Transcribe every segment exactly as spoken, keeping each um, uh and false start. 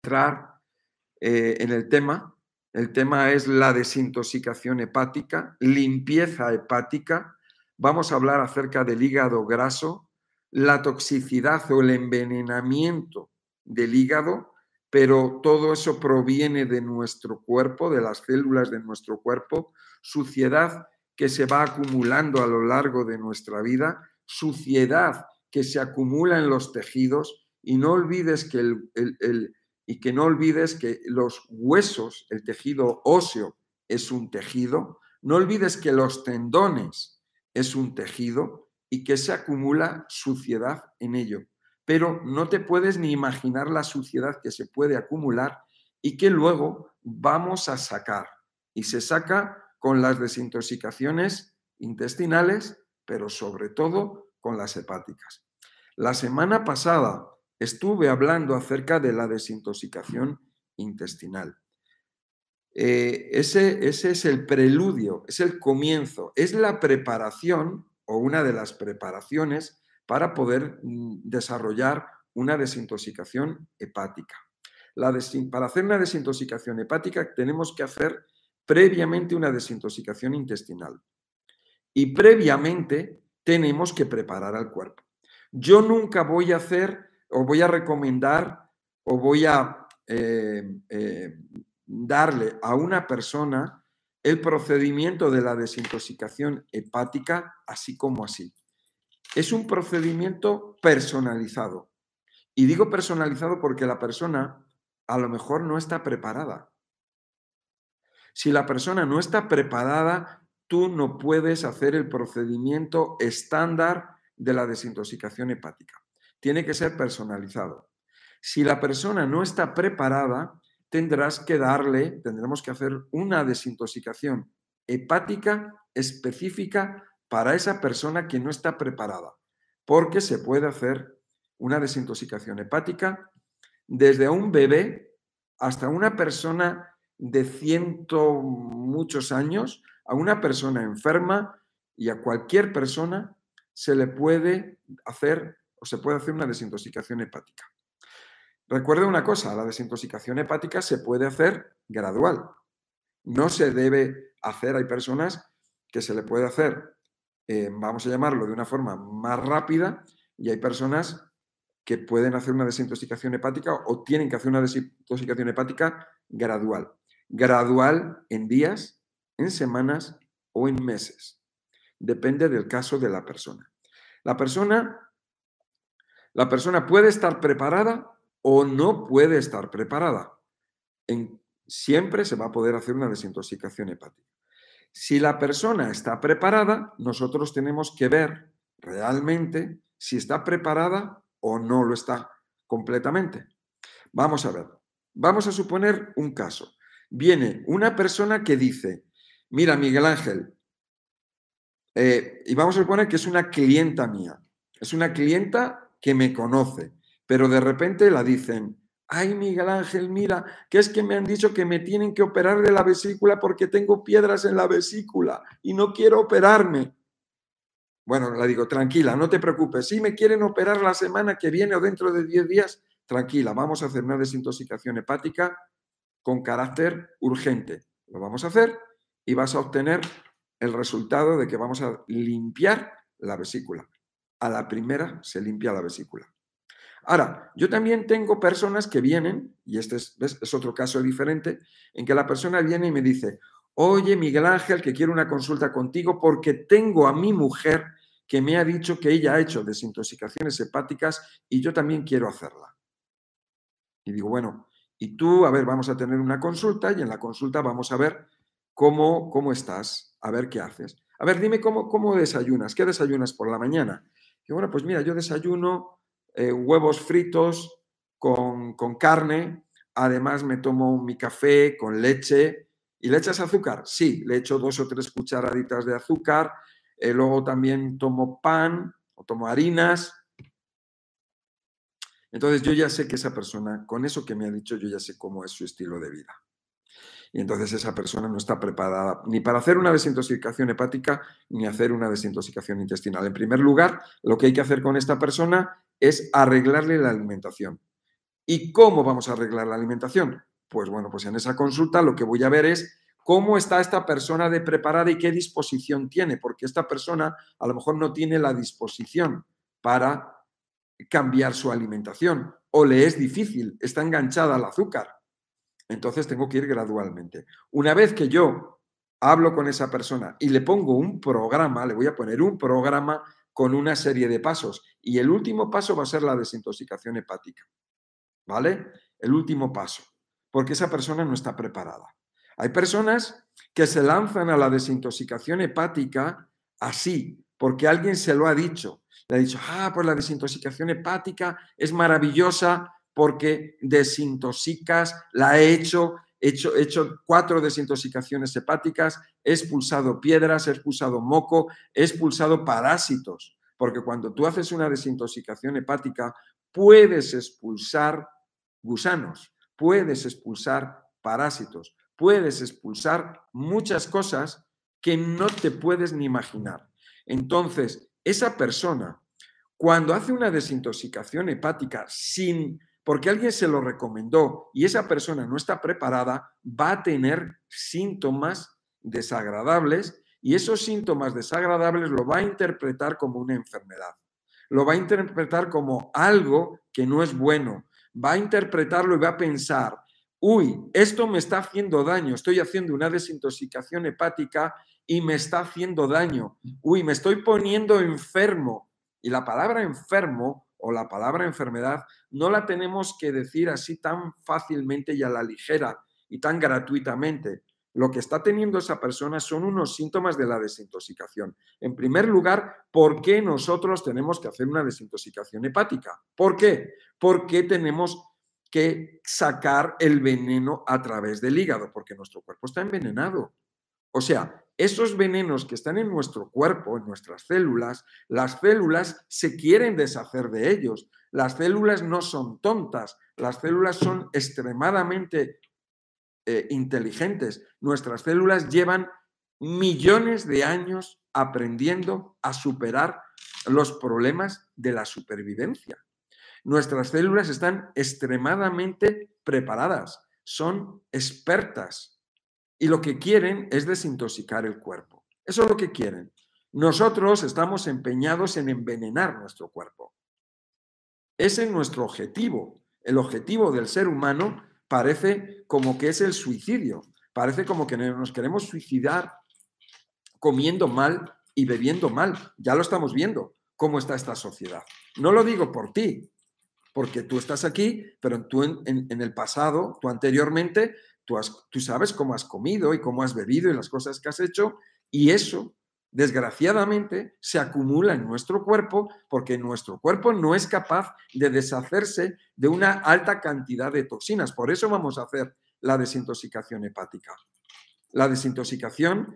entrar eh, en el tema. El tema es la desintoxicación hepática, limpieza hepática. Vamos a hablar acerca del hígado graso, la toxicidad o el envenenamiento del hígado, pero todo eso proviene de nuestro cuerpo, de las células de nuestro cuerpo, suciedad que se va acumulando a lo largo de nuestra vida, suciedad que se acumula en los tejidos, y no olvides que el, el, el y que no olvides que los huesos, el tejido óseo es un tejido, no olvides que los tendones es un tejido y que se acumula suciedad en ello. Pero no te puedes ni imaginar la suciedad que se puede acumular y que luego vamos a sacar. Y se saca con las desintoxicaciones intestinales, pero sobre todo con las hepáticas. La semana pasada estuve hablando acerca de la desintoxicación intestinal. Eh, ese, ese es el preludio, es el comienzo, es la preparación o una de las preparaciones para poder mm, desarrollar una desintoxicación hepática. La desin- para hacer una desintoxicación hepática tenemos que hacer previamente una desintoxicación intestinal y previamente tenemos que preparar al cuerpo. Yo nunca voy a hacer o voy a recomendar o voy a eh, eh, darle a una persona el procedimiento de la desintoxicación hepática así como así. Es un procedimiento personalizado. Y digo personalizado porque la persona a lo mejor no está preparada. Si la persona no está preparada, tú no puedes hacer el procedimiento estándar de la desintoxicación hepática. Tiene que ser personalizado. Si la persona no está preparada, tendrás que darle, tendremos que hacer una desintoxicación hepática específica para esa persona que no está preparada, porque se puede hacer una desintoxicación hepática desde un bebé hasta una persona de ciento muchos años, a una persona enferma, y a cualquier persona se le puede hacer o se puede hacer una desintoxicación hepática. Recuerda una cosa, la desintoxicación hepática se puede hacer gradual. No se debe hacer, hay personas que se le puede hacer, eh, vamos a llamarlo de una forma más rápida, y hay personas que pueden hacer una desintoxicación hepática o tienen que hacer una desintoxicación hepática gradual. Gradual en días, en semanas o en meses. Depende del caso de la persona. La persona, la persona puede estar preparada o no puede estar preparada. En, siempre se va a poder hacer una desintoxicación hepática. Si la persona está preparada, nosotros tenemos que ver realmente si está preparada o no lo está completamente. Vamos a ver, vamos a suponer un caso. Viene una persona que dice, mira, Miguel Ángel, eh, y vamos a suponer que es una clienta mía, es una clienta que me conoce, pero de repente la dicen, ay, Miguel Ángel, mira, que es que me han dicho que me tienen que operar de la vesícula porque tengo piedras en la vesícula y no quiero operarme. Bueno, le digo, tranquila, no te preocupes. Si me quieren operar la semana que viene o dentro de diez días, tranquila, vamos a hacer una desintoxicación hepática con carácter urgente. Lo vamos a hacer y vas a obtener el resultado de que vamos a limpiar la vesícula. A la primera se limpia la vesícula. Ahora, yo también tengo personas que vienen, y este es, ¿ves? Es otro caso diferente, en que la persona viene y me dice, oye, Miguel Ángel, que quiero una consulta contigo porque tengo a mi mujer que me ha dicho que ella ha hecho desintoxicaciones hepáticas y yo también quiero hacerla. Y digo, bueno, y tú, a ver, vamos a tener una consulta y en la consulta vamos a ver cómo, cómo estás, a ver qué haces. A ver, dime cómo, cómo desayunas, ¿qué desayunas por la mañana? Y bueno, pues mira, yo desayuno eh, huevos fritos con, con carne, además me tomo mi café con leche. ¿Y le echas azúcar? Sí, le echo dos o tres cucharaditas de azúcar, eh, luego también tomo pan o tomo harinas. Entonces yo ya sé que esa persona, con eso que me ha dicho, yo ya sé cómo es su estilo de vida. Y entonces esa persona no está preparada ni para hacer una desintoxicación hepática ni hacer una desintoxicación intestinal. En primer lugar, lo que hay que hacer con esta persona es arreglarle la alimentación. ¿Y cómo vamos a arreglar la alimentación? Pues bueno, pues en esa consulta lo que voy a ver es cómo está esta persona de preparada y qué disposición tiene, porque esta persona a lo mejor no tiene la disposición para cambiar su alimentación o le es difícil, está enganchada al azúcar. Entonces tengo que ir gradualmente. Una vez que yo hablo con esa persona y le pongo un programa, le voy a poner un programa con una serie de pasos y el último paso va a ser la desintoxicación hepática, ¿vale? El último paso, porque esa persona no está preparada. Hay personas que se lanzan a la desintoxicación hepática así, porque alguien se lo ha dicho. Le ha dicho, ah, pues la desintoxicación hepática es maravillosa porque desintoxicas, la he hecho, he hecho, he hecho cuatro desintoxicaciones hepáticas, he expulsado piedras, he expulsado moco, he expulsado parásitos, porque cuando tú haces una desintoxicación hepática, puedes expulsar gusanos, puedes expulsar parásitos, puedes expulsar muchas cosas que no te puedes ni imaginar. Entonces, esa persona, cuando hace una desintoxicación hepática sin, porque alguien se lo recomendó y esa persona no está preparada, va a tener síntomas desagradables y esos síntomas desagradables lo va a interpretar como una enfermedad. Lo va a interpretar como algo que no es bueno. Va a interpretarlo y va a pensar, uy, esto me está haciendo daño, estoy haciendo una desintoxicación hepática y me está haciendo daño. Uy, me estoy poniendo enfermo. Y la palabra enfermo o la palabra enfermedad no la tenemos que decir así tan fácilmente y a la ligera y tan gratuitamente. Lo que está teniendo esa persona son unos síntomas de la desintoxicación. En primer lugar, ¿por qué nosotros tenemos que hacer una desintoxicación hepática? ¿Por qué? Porque tenemos que sacar el veneno a través del hígado, porque nuestro cuerpo está envenenado. O sea, esos venenos que están en nuestro cuerpo, en nuestras células, las células se quieren deshacer de ellos. Las células no son tontas, las células son extremadamente eh, inteligentes. Nuestras células llevan millones de años aprendiendo a superar los problemas de la supervivencia. Nuestras células están extremadamente preparadas, son expertas y lo que quieren es desintoxicar el cuerpo. Eso es lo que quieren. Nosotros estamos empeñados en envenenar nuestro cuerpo. Ese es nuestro objetivo. El objetivo del ser humano parece como que es el suicidio. Parece como que nos queremos suicidar comiendo mal y bebiendo mal. Ya lo estamos viendo, cómo está esta sociedad. No lo digo por ti, porque tú estás aquí, pero tú en, en, en el pasado, tú anteriormente, tú, has, tú sabes cómo has comido y cómo has bebido y las cosas que has hecho, y eso, desgraciadamente, se acumula en nuestro cuerpo porque nuestro cuerpo no es capaz de deshacerse de una alta cantidad de toxinas. Por eso vamos a hacer la desintoxicación hepática. La desintoxicación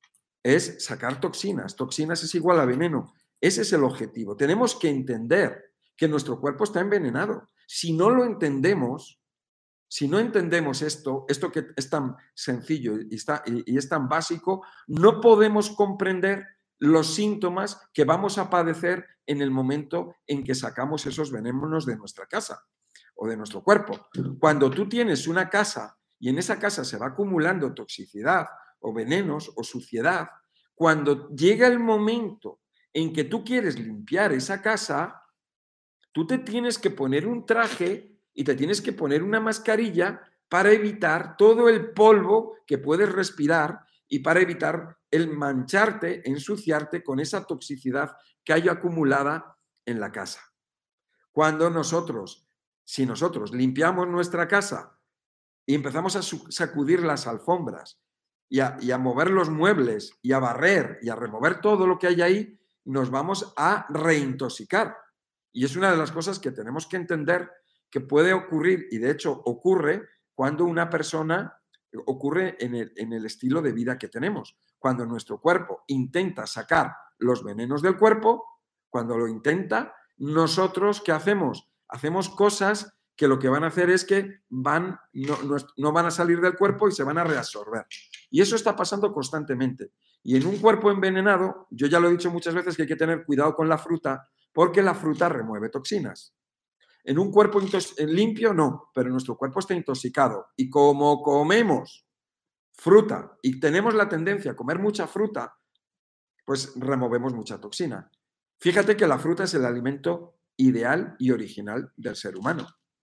es sacar toxinas. Toxinas es igual a veneno. Ese es el objetivo. Tenemos que entender que nuestro cuerpo está envenenado. Si no lo entendemos, si no entendemos esto, esto que es tan sencillo y, está, y, y es tan básico, no podemos comprender los síntomas que vamos a padecer en el momento en que sacamos esos venenos de nuestra casa o de nuestro cuerpo. Cuando tú tienes una casa y en esa casa se va acumulando toxicidad o venenos o suciedad, cuando llega el momento en que tú quieres limpiar esa casa, tú te tienes que poner un traje y te tienes que poner una mascarilla para evitar todo el polvo que puedes respirar y para evitar el mancharte, ensuciarte con esa toxicidad que hay acumulada en la casa. Cuando nosotros, si nosotros limpiamos nuestra casa y empezamos a sacudir las alfombras y a, y a mover los muebles y a barrer y a remover todo lo que hay ahí, nos vamos a reintoxicar. Y es una de las cosas que tenemos que entender que puede ocurrir, y de hecho ocurre cuando una persona, ocurre en el, en el estilo de vida que tenemos. Cuando nuestro cuerpo intenta sacar los venenos del cuerpo, cuando lo intenta, nosotros, ¿qué hacemos? Hacemos cosas que lo que van a hacer es que van, no, no, no van a salir del cuerpo y se van a reabsorber. Y eso está pasando constantemente. Y en un cuerpo envenenado, yo ya lo he dicho muchas veces que hay que tener cuidado con la fruta, porque la fruta remueve toxinas. En un cuerpo limpio, no, pero nuestro cuerpo está intoxicado. Y como comemos fruta y tenemos la tendencia a comer mucha fruta, pues removemos mucha toxina. Fíjate que la fruta es el alimento ideal y original del ser humano,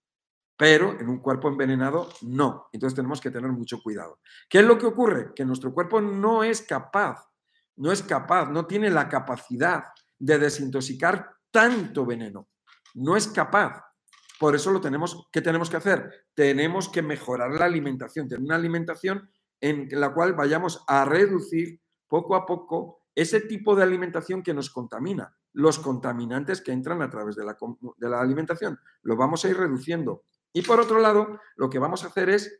pero en un cuerpo envenenado no. Entonces tenemos que tener mucho cuidado. ¿Qué es lo que ocurre? Que nuestro cuerpo no es capaz, no es capaz, no tiene la capacidad de desintoxicar tanto veneno. No es capaz. Por eso lo tenemos, ¿qué tenemos que hacer? Tenemos que mejorar la alimentación, tener una alimentación en la cual vayamos a reducir poco a poco ese tipo de alimentación que nos contamina, los contaminantes que entran a través de la, de la alimentación. Lo vamos a ir reduciendo. Y por otro lado, lo que vamos a hacer es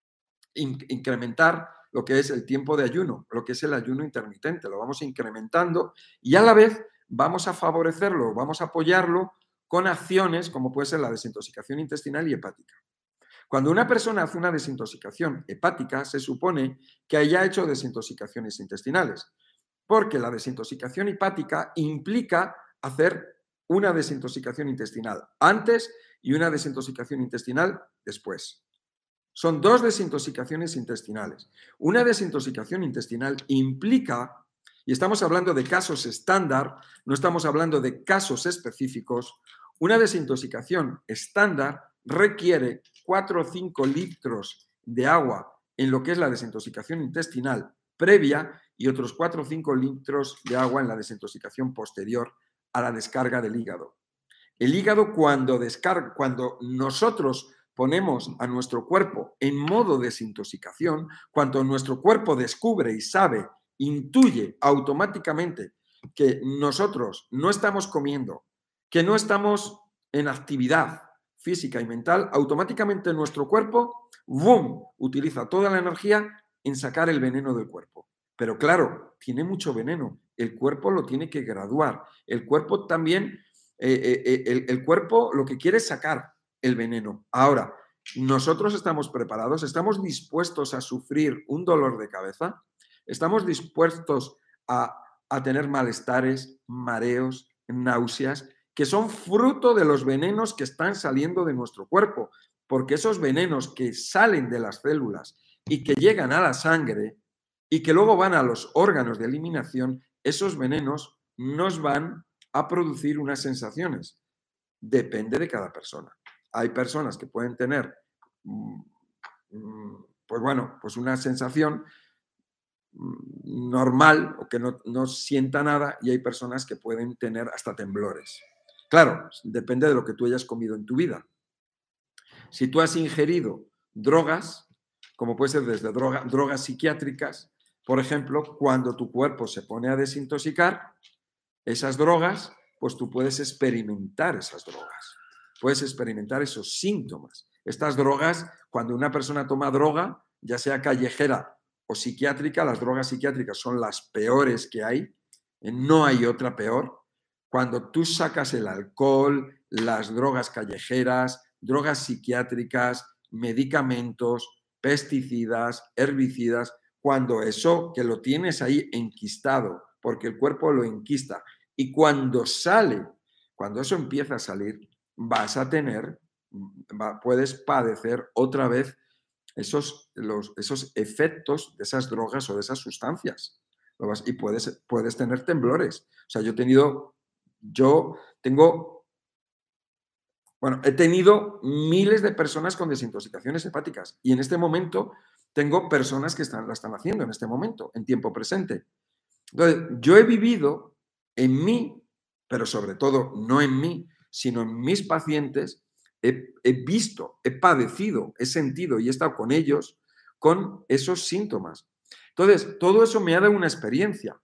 in incrementar lo que es el tiempo de ayuno, lo que es el ayuno intermitente. Lo vamos incrementando y a la vez vamos a favorecerlo, vamos a apoyarlo con acciones como puede ser la desintoxicación intestinal y hepática. Cuando una persona hace una desintoxicación hepática, se supone que haya hecho desintoxicaciones intestinales, porque la desintoxicación hepática implica hacer una desintoxicación intestinal antes y una desintoxicación intestinal después. Son dos desintoxicaciones intestinales. Una desintoxicación intestinal implica, y estamos hablando de casos estándar, no estamos hablando de casos específicos, una desintoxicación estándar requiere cuatro o cinco litros de agua en lo que es la desintoxicación intestinal previa y otros cuatro o cinco litros de agua en la desintoxicación posterior a la descarga del hígado. El hígado cuando descarga, cuando nosotros ponemos a nuestro cuerpo en modo desintoxicación, cuando nuestro cuerpo descubre y sabe, intuye automáticamente que nosotros no estamos comiendo, que no estamos en actividad física y mental, automáticamente nuestro cuerpo, ¡boom!, utiliza toda la energía en sacar el veneno del cuerpo. Pero claro, tiene mucho veneno, el cuerpo lo tiene que graduar, el cuerpo también, eh, eh, el, el cuerpo lo que quiere es sacar el veneno. Ahora, ¿nosotros estamos preparados? ¿Estamos dispuestos a sufrir un dolor de cabeza? ¿Estamos dispuestos a, a tener malestares, mareos, náuseas, que son fruto de los venenos que están saliendo de nuestro cuerpo? Porque esos venenos que salen de las células y que llegan a la sangre y que luego van a los órganos de eliminación, esos venenos nos van a producir unas sensaciones. Depende de cada persona. Hay personas que pueden tener, pues bueno, pues una sensación normal o que no, no sienta nada, y hay personas que pueden tener hasta temblores. Claro, depende de lo que tú hayas comido en tu vida. Si tú has ingerido drogas, como puede ser desde droga, drogas psiquiátricas, por ejemplo, cuando tu cuerpo se pone a desintoxicar, esas drogas, pues tú puedes experimentar esas drogas, puedes experimentar esos síntomas. Estas drogas, cuando una persona toma droga, ya sea callejera o psiquiátrica, las drogas psiquiátricas son las peores que hay, no hay otra peor. Cuando tú sacas el alcohol, las drogas callejeras, drogas psiquiátricas, medicamentos, pesticidas, herbicidas, cuando eso que lo tienes ahí enquistado, porque el cuerpo lo enquista, y cuando sale, cuando eso empieza a salir, vas a tener, va, puedes padecer otra vez esos, los, esos efectos de esas drogas o de esas sustancias. Y puedes, puedes tener temblores. O sea, yo he tenido, yo tengo, bueno, he tenido miles de personas con desintoxicaciones hepáticas y en este momento tengo personas que están, la están haciendo en este momento, en tiempo presente. Entonces, yo he vivido en mí, pero sobre todo no en mí, sino en mis pacientes, he, he visto, he padecido, he sentido y he estado con ellos con esos síntomas. Entonces, todo eso me ha dado una experiencia.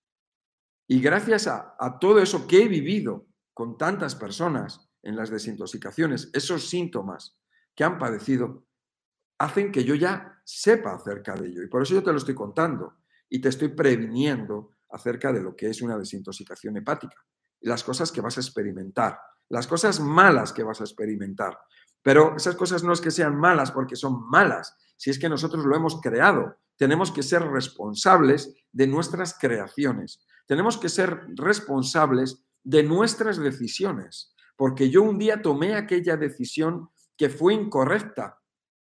Y gracias a, a todo eso que he vivido con tantas personas en las desintoxicaciones, esos síntomas que han padecido, hacen que yo ya sepa acerca de ello. Y por eso yo te lo estoy contando y te estoy previniendo acerca de lo que es una desintoxicación hepática y las cosas que vas a experimentar, las cosas malas que vas a experimentar. Pero esas cosas no es que sean malas porque son malas, si es que nosotros lo hemos creado. Tenemos que ser responsables de nuestras creaciones. Tenemos que ser responsables de nuestras decisiones, porque yo un día tomé aquella decisión que fue incorrecta.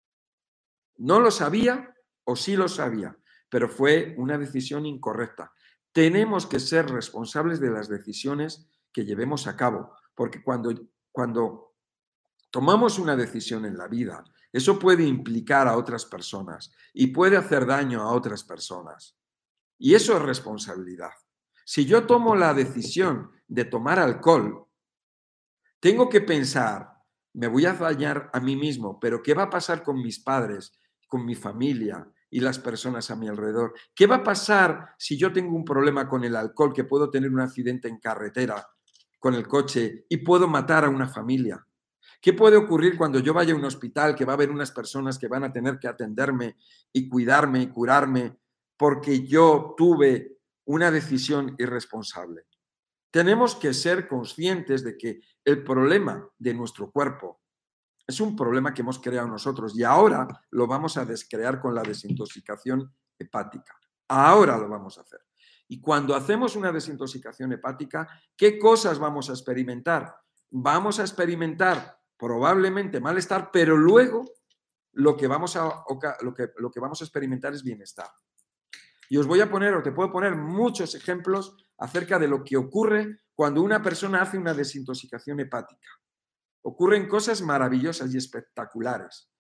No lo sabía o sí lo sabía, pero fue una decisión incorrecta. Tenemos que ser responsables de las decisiones que llevemos a cabo, porque cuando, cuando tomamos una decisión en la vida, eso puede implicar a otras personas y puede hacer daño a otras personas. Y eso es responsabilidad. Si yo tomo la decisión de tomar alcohol, tengo que pensar, me voy a dañar a mí mismo, pero ¿qué va a pasar con mis padres, con mi familia y las personas a mi alrededor? ¿Qué va a pasar si yo tengo un problema con el alcohol, que puedo tener un accidente en carretera con el coche y puedo matar a una familia? ¿Qué puede ocurrir cuando yo vaya a un hospital, que va a haber unas personas que van a tener que atenderme y cuidarme y curarme porque yo tuve una decisión irresponsable? Tenemos que ser conscientes de que el problema de nuestro cuerpo es un problema que hemos creado nosotros y ahora lo vamos a descrear con la desintoxicación hepática. Ahora lo vamos a hacer. Y cuando hacemos una desintoxicación hepática, ¿qué cosas vamos a experimentar? Vamos a experimentar probablemente malestar, pero luego lo que vamos a, lo que, lo que vamos a experimentar es bienestar. Y os voy a poner, o te puedo poner muchos ejemplos acerca de lo que ocurre cuando una persona hace una desintoxicación hepática. Ocurren cosas maravillosas y espectaculares.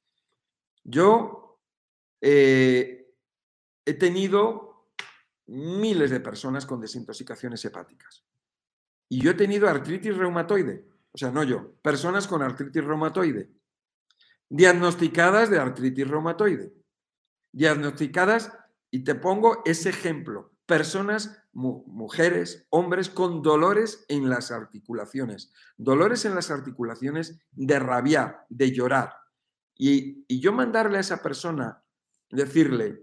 Yo eh, he tenido miles de personas con desintoxicaciones hepáticas. Y yo he tenido artritis reumatoide. O sea, no yo, personas con artritis reumatoide. Diagnosticadas de artritis reumatoide. Diagnosticadas, y te pongo ese ejemplo, personas, mu mujeres, hombres con dolores en las articulaciones, dolores en las articulaciones de rabiar, de llorar. Y, y yo mandarle a esa persona, decirle,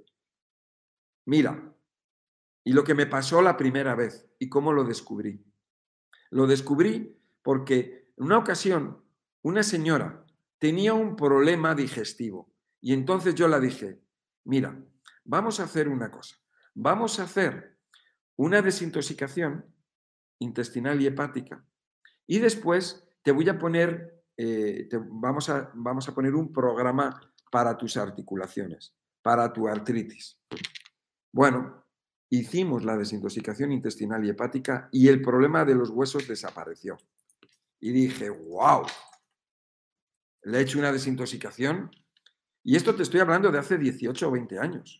mira, y lo que me pasó la primera vez, y cómo lo descubrí. Lo descubrí porque en una ocasión una señora tenía un problema digestivo y entonces yo la dije, mira, vamos a hacer una cosa, vamos a hacer una desintoxicación intestinal y hepática y después te voy a poner, eh, te, vamos, a, vamos a poner un programa para tus articulaciones, para tu artritis. Bueno, hicimos la desintoxicación intestinal y hepática y el problema de los huesos desapareció. Y dije, wow, le he hecho una desintoxicación. Y esto te estoy hablando de hace dieciocho o veinte años.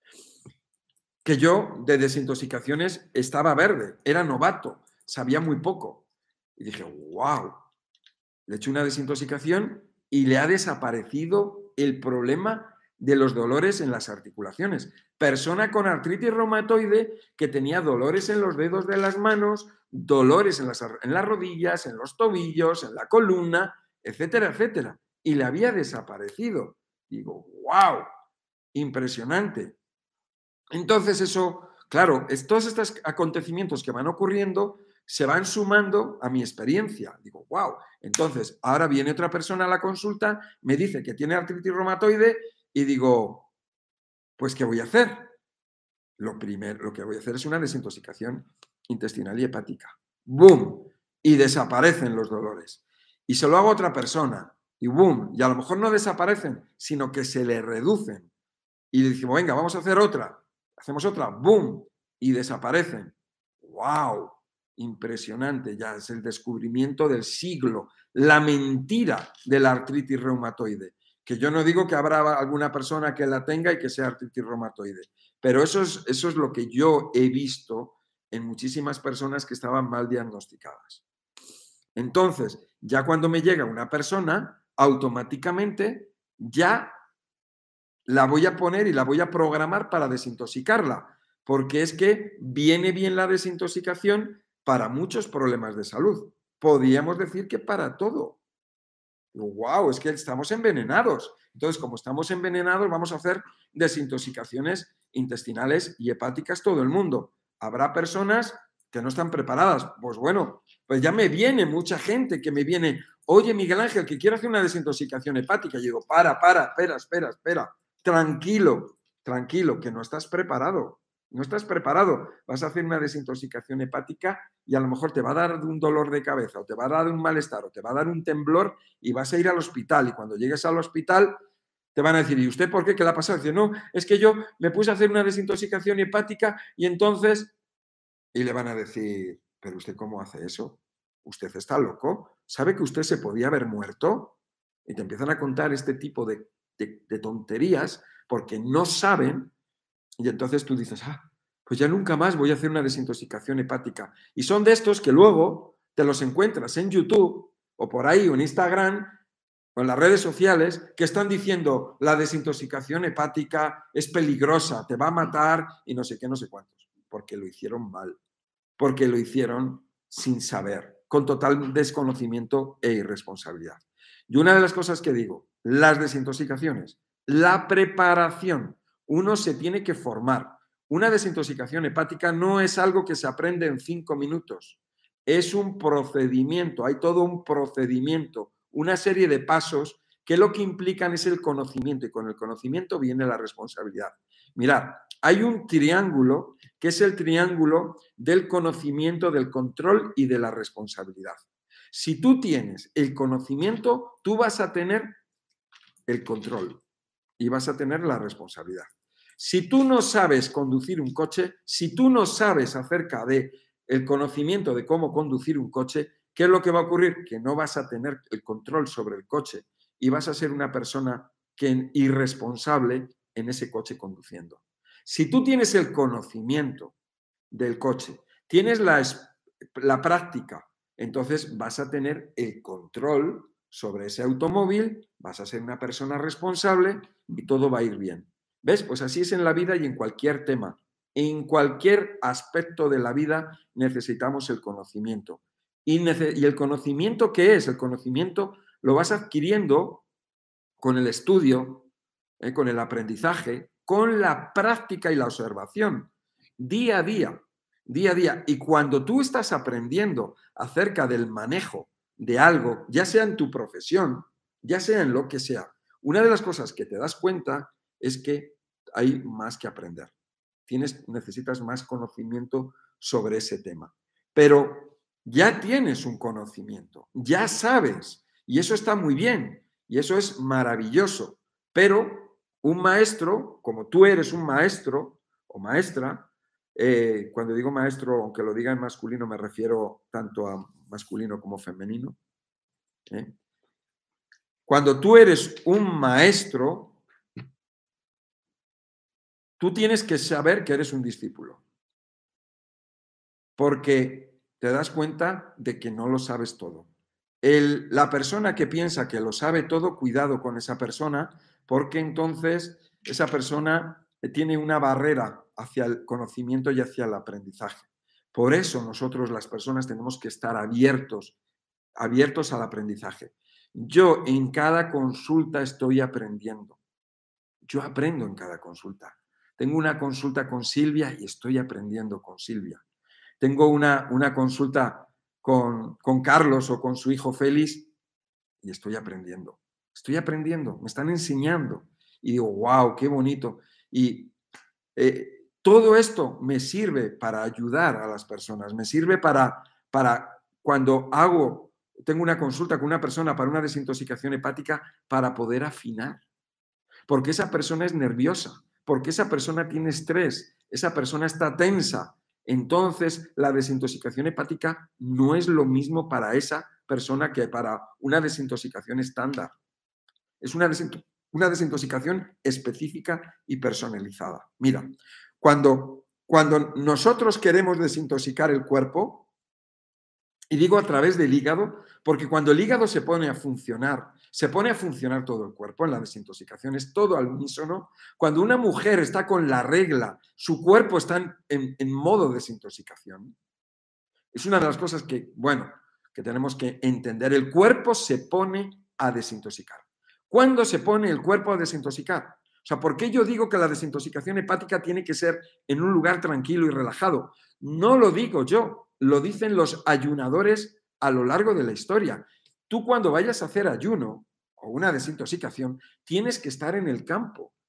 Que yo de desintoxicaciones estaba verde, era novato, sabía muy poco. Y dije, wow, le he hecho una desintoxicación y le ha desaparecido el problema de los dolores en las articulaciones. Persona con artritis reumatoide que tenía dolores en los dedos de las manos, dolores en las, en las rodillas, en los tobillos, en la columna, etcétera, etcétera. Y le había desaparecido. Digo, wow, impresionante. Entonces eso, claro, es, todos estos acontecimientos que van ocurriendo se van sumando a mi experiencia. Digo, wow. Entonces, ahora viene otra persona a la consulta, me dice que tiene artritis reumatoide y digo, pues, ¿qué voy a hacer? Lo primero, lo que voy a hacer es una desintoxicación intestinal y hepática. ¡Boom! Y desaparecen los dolores. Y se lo hago a otra persona y ¡boom! Y a lo mejor no desaparecen, sino que se le reducen. Y decimos, venga, vamos a hacer otra. Hacemos otra, ¡boom! Y desaparecen. ¡Wow! Impresionante, ya es el descubrimiento del siglo, la mentira de la artritis reumatoide. Que yo no digo que habrá alguna persona que la tenga y que sea artritis reumatoide, pero eso es, eso es lo que yo he visto en muchísimas personas que estaban mal diagnosticadas. Entonces, ya cuando me llega una persona, automáticamente ya la voy a poner y la voy a programar para desintoxicarla, porque es que viene bien la desintoxicación para muchos problemas de salud. Podríamos decir que para todo. ¡Wow! Es que estamos envenenados. Entonces, como estamos envenenados, vamos a hacer desintoxicaciones intestinales y hepáticas todo el mundo. Habrá personas que no están preparadas. Pues bueno, pues ya me viene mucha gente que me viene, oye, Miguel Ángel, que quiero hacer una desintoxicación hepática. Y digo, para, para, espera, espera, espera. Tranquilo, tranquilo, que no estás preparado. No estás preparado. Vas a hacer una desintoxicación hepática y a lo mejor te va a dar un dolor de cabeza o te va a dar un malestar o te va a dar un temblor y vas a ir al hospital. Y cuando llegues al hospital te van a decir, ¿y usted por qué? ¿Qué le ha pasado? Dice, no, es que yo me puse a hacer una desintoxicación hepática y entonces... Y le van a decir, ¿pero usted cómo hace eso? ¿Usted está loco? ¿Sabe que usted se podía haber muerto? Y te empiezan a contar este tipo de, de, de tonterías porque no saben. Y entonces tú dices, ah, pues ya nunca más voy a hacer una desintoxicación hepática. Y son de estos que luego te los encuentras en YouTube o por ahí o en Instagram o en las redes sociales que están diciendo la desintoxicación hepática es peligrosa, te va a matar y no sé qué, no sé cuántos, porque lo hicieron mal, porque lo hicieron sin saber, con total desconocimiento e irresponsabilidad. Y una de las cosas que digo, las desintoxicaciones, la preparación, uno se tiene que formar. Una desintoxicación hepática no es algo que se aprende en cinco minutos, es un procedimiento, hay todo un procedimiento, una serie de pasos que lo que implican es el conocimiento y con el conocimiento viene la responsabilidad. Mirad, hay un triángulo que es el triángulo del conocimiento, del control y de la responsabilidad. Si tú tienes el conocimiento, tú vas a tener el control y vas a tener la responsabilidad. Si tú no sabes conducir un coche, si tú no sabes acerca de el conocimiento de cómo conducir un coche, ¿qué es lo que va a ocurrir? Que no vas a tener el control sobre el coche y vas a ser una persona que, irresponsable en ese coche conduciendo. Si tú tienes el conocimiento del coche, tienes la, la práctica, entonces vas a tener el control sobre ese automóvil, vas a ser una persona responsable y todo va a ir bien. ¿Ves? Pues así es en la vida y en cualquier tema. En cualquier aspecto de la vida necesitamos el conocimiento. ¿Y, y el conocimiento qué es? El conocimiento lo vas adquiriendo con el estudio, eh, con el aprendizaje, con la práctica y la observación, día a día, día a día. Y cuando tú estás aprendiendo acerca del manejo de algo, ya sea en tu profesión, ya sea en lo que sea, una de las cosas que te das cuenta es que hay más que aprender. Tienes, necesitas más conocimiento sobre ese tema. Pero ya tienes un conocimiento, ya sabes, y eso está muy bien, y eso es maravilloso. Pero un maestro, como tú eres un maestro o maestra, eh, cuando digo maestro, aunque lo diga en masculino, me refiero tanto a masculino como femenino. ¿eh? Cuando tú eres un maestro, tú tienes que saber que eres un discípulo. Porque te das cuenta de que no lo sabes todo. El, la persona que piensa que lo sabe todo, cuidado con esa persona, porque entonces esa persona tiene una barrera hacia el conocimiento y hacia el aprendizaje. Por eso nosotros las personas tenemos que estar abiertos, abiertos al aprendizaje. Yo en cada consulta estoy aprendiendo. Yo aprendo en cada consulta. Tengo una consulta con Silvia y estoy aprendiendo con Silvia. Tengo una, una consulta con, con Carlos o con su hijo Félix y estoy aprendiendo. Estoy aprendiendo, me están enseñando. Y digo, wow, qué bonito. Y eh, todo esto me sirve para ayudar a las personas, me sirve para, para cuando hago, tengo una consulta con una persona para una desintoxicación hepática, para poder afinar. Porque esa persona es nerviosa, porque esa persona tiene estrés, esa persona está tensa. Entonces, la desintoxicación hepática no es lo mismo para esa persona que para una desintoxicación estándar. Es una, desinto una desintoxicación específica y personalizada. Mira, cuando, cuando nosotros queremos desintoxicar el cuerpo, y digo a través del hígado, porque cuando el hígado se pone a funcionar, se pone a funcionar todo el cuerpo en la desintoxicación, es todo al unísono. Cuando una mujer está con la regla, su cuerpo está en, en, en modo desintoxicación. Es una de las cosas que, bueno, que tenemos que entender. El cuerpo se pone a desintoxicar. ¿Cuándo se pone el cuerpo a desintoxicar? O sea, ¿por qué yo digo que la desintoxicación hepática tiene que ser en un lugar tranquilo y relajado? No lo digo yo, lo dicen los ayunadores a lo largo de la historia. Tú cuando vayas a hacer ayuno o una desintoxicación, tienes que estar en el campo,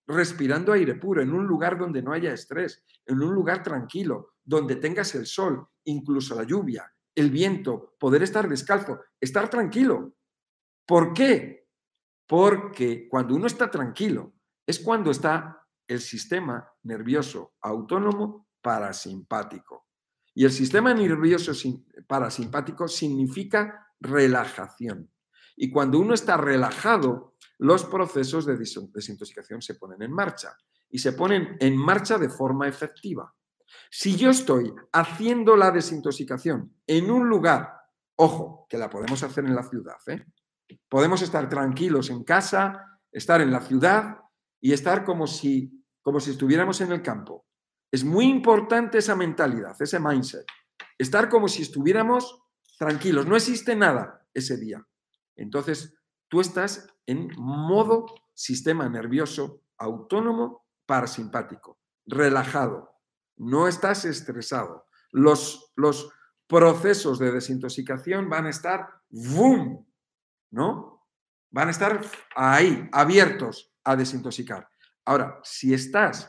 respirando aire puro, en un lugar donde no haya estrés, en un lugar tranquilo, donde tengas el sol, incluso la lluvia, el viento, poder estar descalzo, estar tranquilo. ¿Por qué? Porque cuando uno está tranquilo es cuando está el sistema nervioso autónomo parasimpático. Y el sistema nervioso parasimpático significa relajación. Y cuando uno está relajado, los procesos de desintoxicación se ponen en marcha. Y se ponen en marcha de forma efectiva. Si yo estoy haciendo la desintoxicación en un lugar, ojo, que la podemos hacer en la ciudad, ¿eh? Podemos estar tranquilos en casa, estar en la ciudad y estar como si, como si estuviéramos en el campo. Es muy importante esa mentalidad, ese mindset. Estar como si estuviéramos tranquilos. No existe nada ese día. Entonces, tú estás en modo sistema nervioso autónomo parasimpático, relajado. No estás estresado. Los, los procesos de desintoxicación van a estar ¡boom! ¿No? Van a estar ahí, abiertos a desintoxicar. Ahora, si estás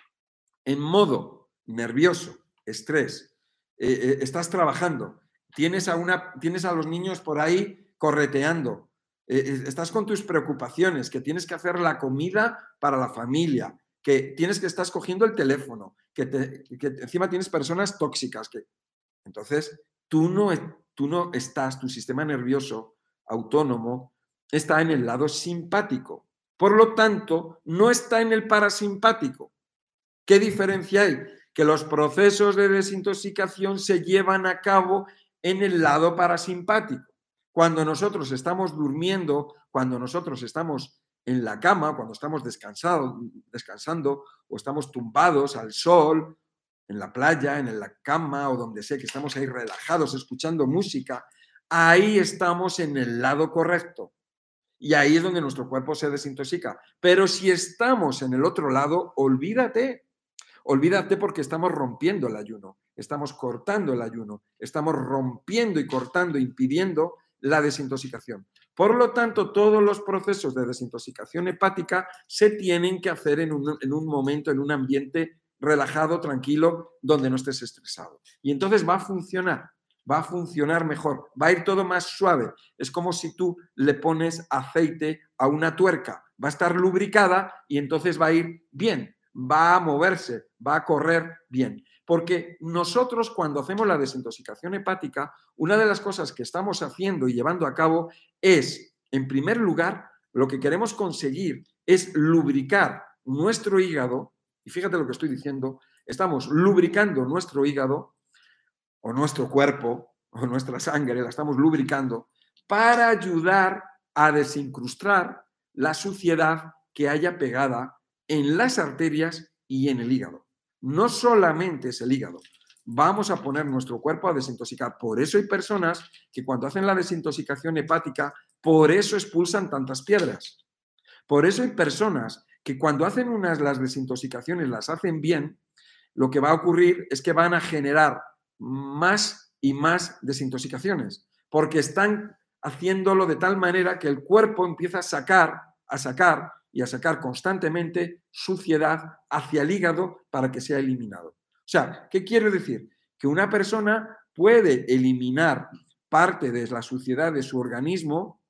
en modo nervioso, estrés, eh, eh, estás trabajando, tienes a, una, tienes a los niños por ahí correteando, eh, estás con tus preocupaciones, que tienes que hacer la comida para la familia, que tienes que estás cogiendo el teléfono, que, te, que encima tienes personas tóxicas, que entonces tú no, tú no estás, tu sistema nervioso autónomo está en el lado simpático. Por lo tanto, no está en el parasimpático. ¿Qué diferencia hay? Que los procesos de desintoxicación se llevan a cabo en el lado parasimpático. Cuando nosotros estamos durmiendo, cuando nosotros estamos en la cama, cuando estamos descansado, descansando o estamos tumbados al sol, en la playa, en la cama o donde sea, que estamos ahí relajados escuchando música, ahí estamos en el lado correcto. Y ahí es donde nuestro cuerpo se desintoxica. Pero si estamos en el otro lado, olvídate. Olvídate porque estamos rompiendo el ayuno, estamos cortando el ayuno, estamos rompiendo y cortando, impidiendo la desintoxicación. Por lo tanto, todos los procesos de desintoxicación hepática se tienen que hacer en un, en un momento, en un ambiente relajado, tranquilo, donde no estés estresado. Y entonces va a funcionar, va a funcionar mejor, va a ir todo más suave. Es como si tú le pones aceite a una tuerca, va a estar lubricada y entonces va a ir bien, va a moverse, va a correr bien. Porque nosotros cuando hacemos la desintoxicación hepática, una de las cosas que estamos haciendo y llevando a cabo es, en primer lugar, lo que queremos conseguir es lubricar nuestro hígado, y fíjate lo que estoy diciendo, estamos lubricando nuestro hígado o nuestro cuerpo o nuestra sangre, la estamos lubricando para ayudar a desincrustar la suciedad que haya pegada en las arterias y en el hígado. No solamente es el hígado, vamos a poner nuestro cuerpo a desintoxicar. Por eso hay personas que cuando hacen la desintoxicación hepática, por eso expulsan tantas piedras. Por eso hay personas que cuando hacen unas las desintoxicaciones, las hacen bien, lo que va a ocurrir es que van a generar más y más desintoxicaciones, porque están haciéndolo de tal manera que el cuerpo empieza a sacar, a sacar y a sacar constantemente suciedad hacia el hígado para que sea eliminado. O sea, ¿qué quiero decir? Que una persona puede eliminar parte de la suciedad de su organismo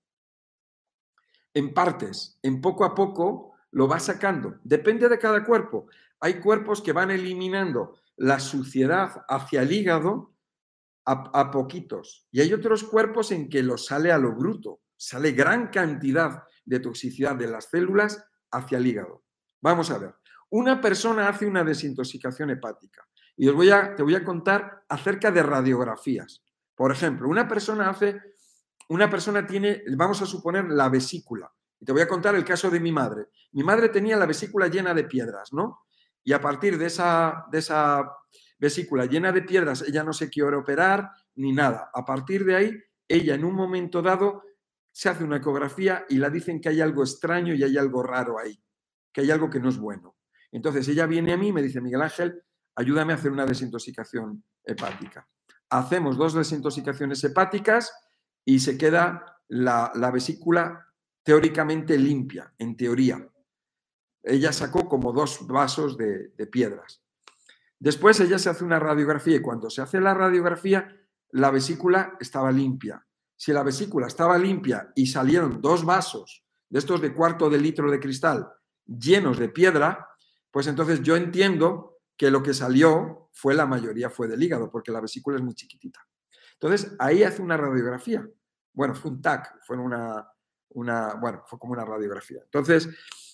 en partes, en poco a poco lo va sacando. Depende de cada cuerpo. Hay cuerpos que van eliminando la suciedad hacia el hígado a, a poquitos. Y hay otros cuerpos en que lo sale a lo bruto. Sale gran cantidad de toxicidad de las células hacia el hígado. Vamos a ver. Una persona hace una desintoxicación hepática. Y os voy a, te voy a contar acerca de radiografías. Por ejemplo, una persona hace... Una persona tiene, vamos a suponer, la vesícula. Y te voy a contar el caso de mi madre. Mi madre tenía la vesícula llena de piedras, ¿no? Y a partir de esa, de esa vesícula llena de piedras, ella no se quiere operar ni nada. A partir de ahí, ella en un momento dado se hace una ecografía y la dicen que hay algo extraño y hay algo raro ahí, que hay algo que no es bueno. Entonces ella viene a mí y me dice, Miguel Ángel, ayúdame a hacer una desintoxicación hepática. Hacemos dos desintoxicaciones hepáticas y se queda la, la vesícula teóricamente limpia, en teoría. ella sacó como dos vasos de, de piedras. Después ella se hace una radiografía y cuando se hace la radiografía, la vesícula estaba limpia. Si la vesícula estaba limpia y salieron dos vasos de estos de cuarto de litro de cristal llenos de piedra, pues entonces yo entiendo que lo que salió fue la mayoría fue del hígado, porque la vesícula es muy chiquitita. Entonces ahí hace una radiografía. Bueno, fue un T A C, fue una, una bueno, fue como una radiografía. Entonces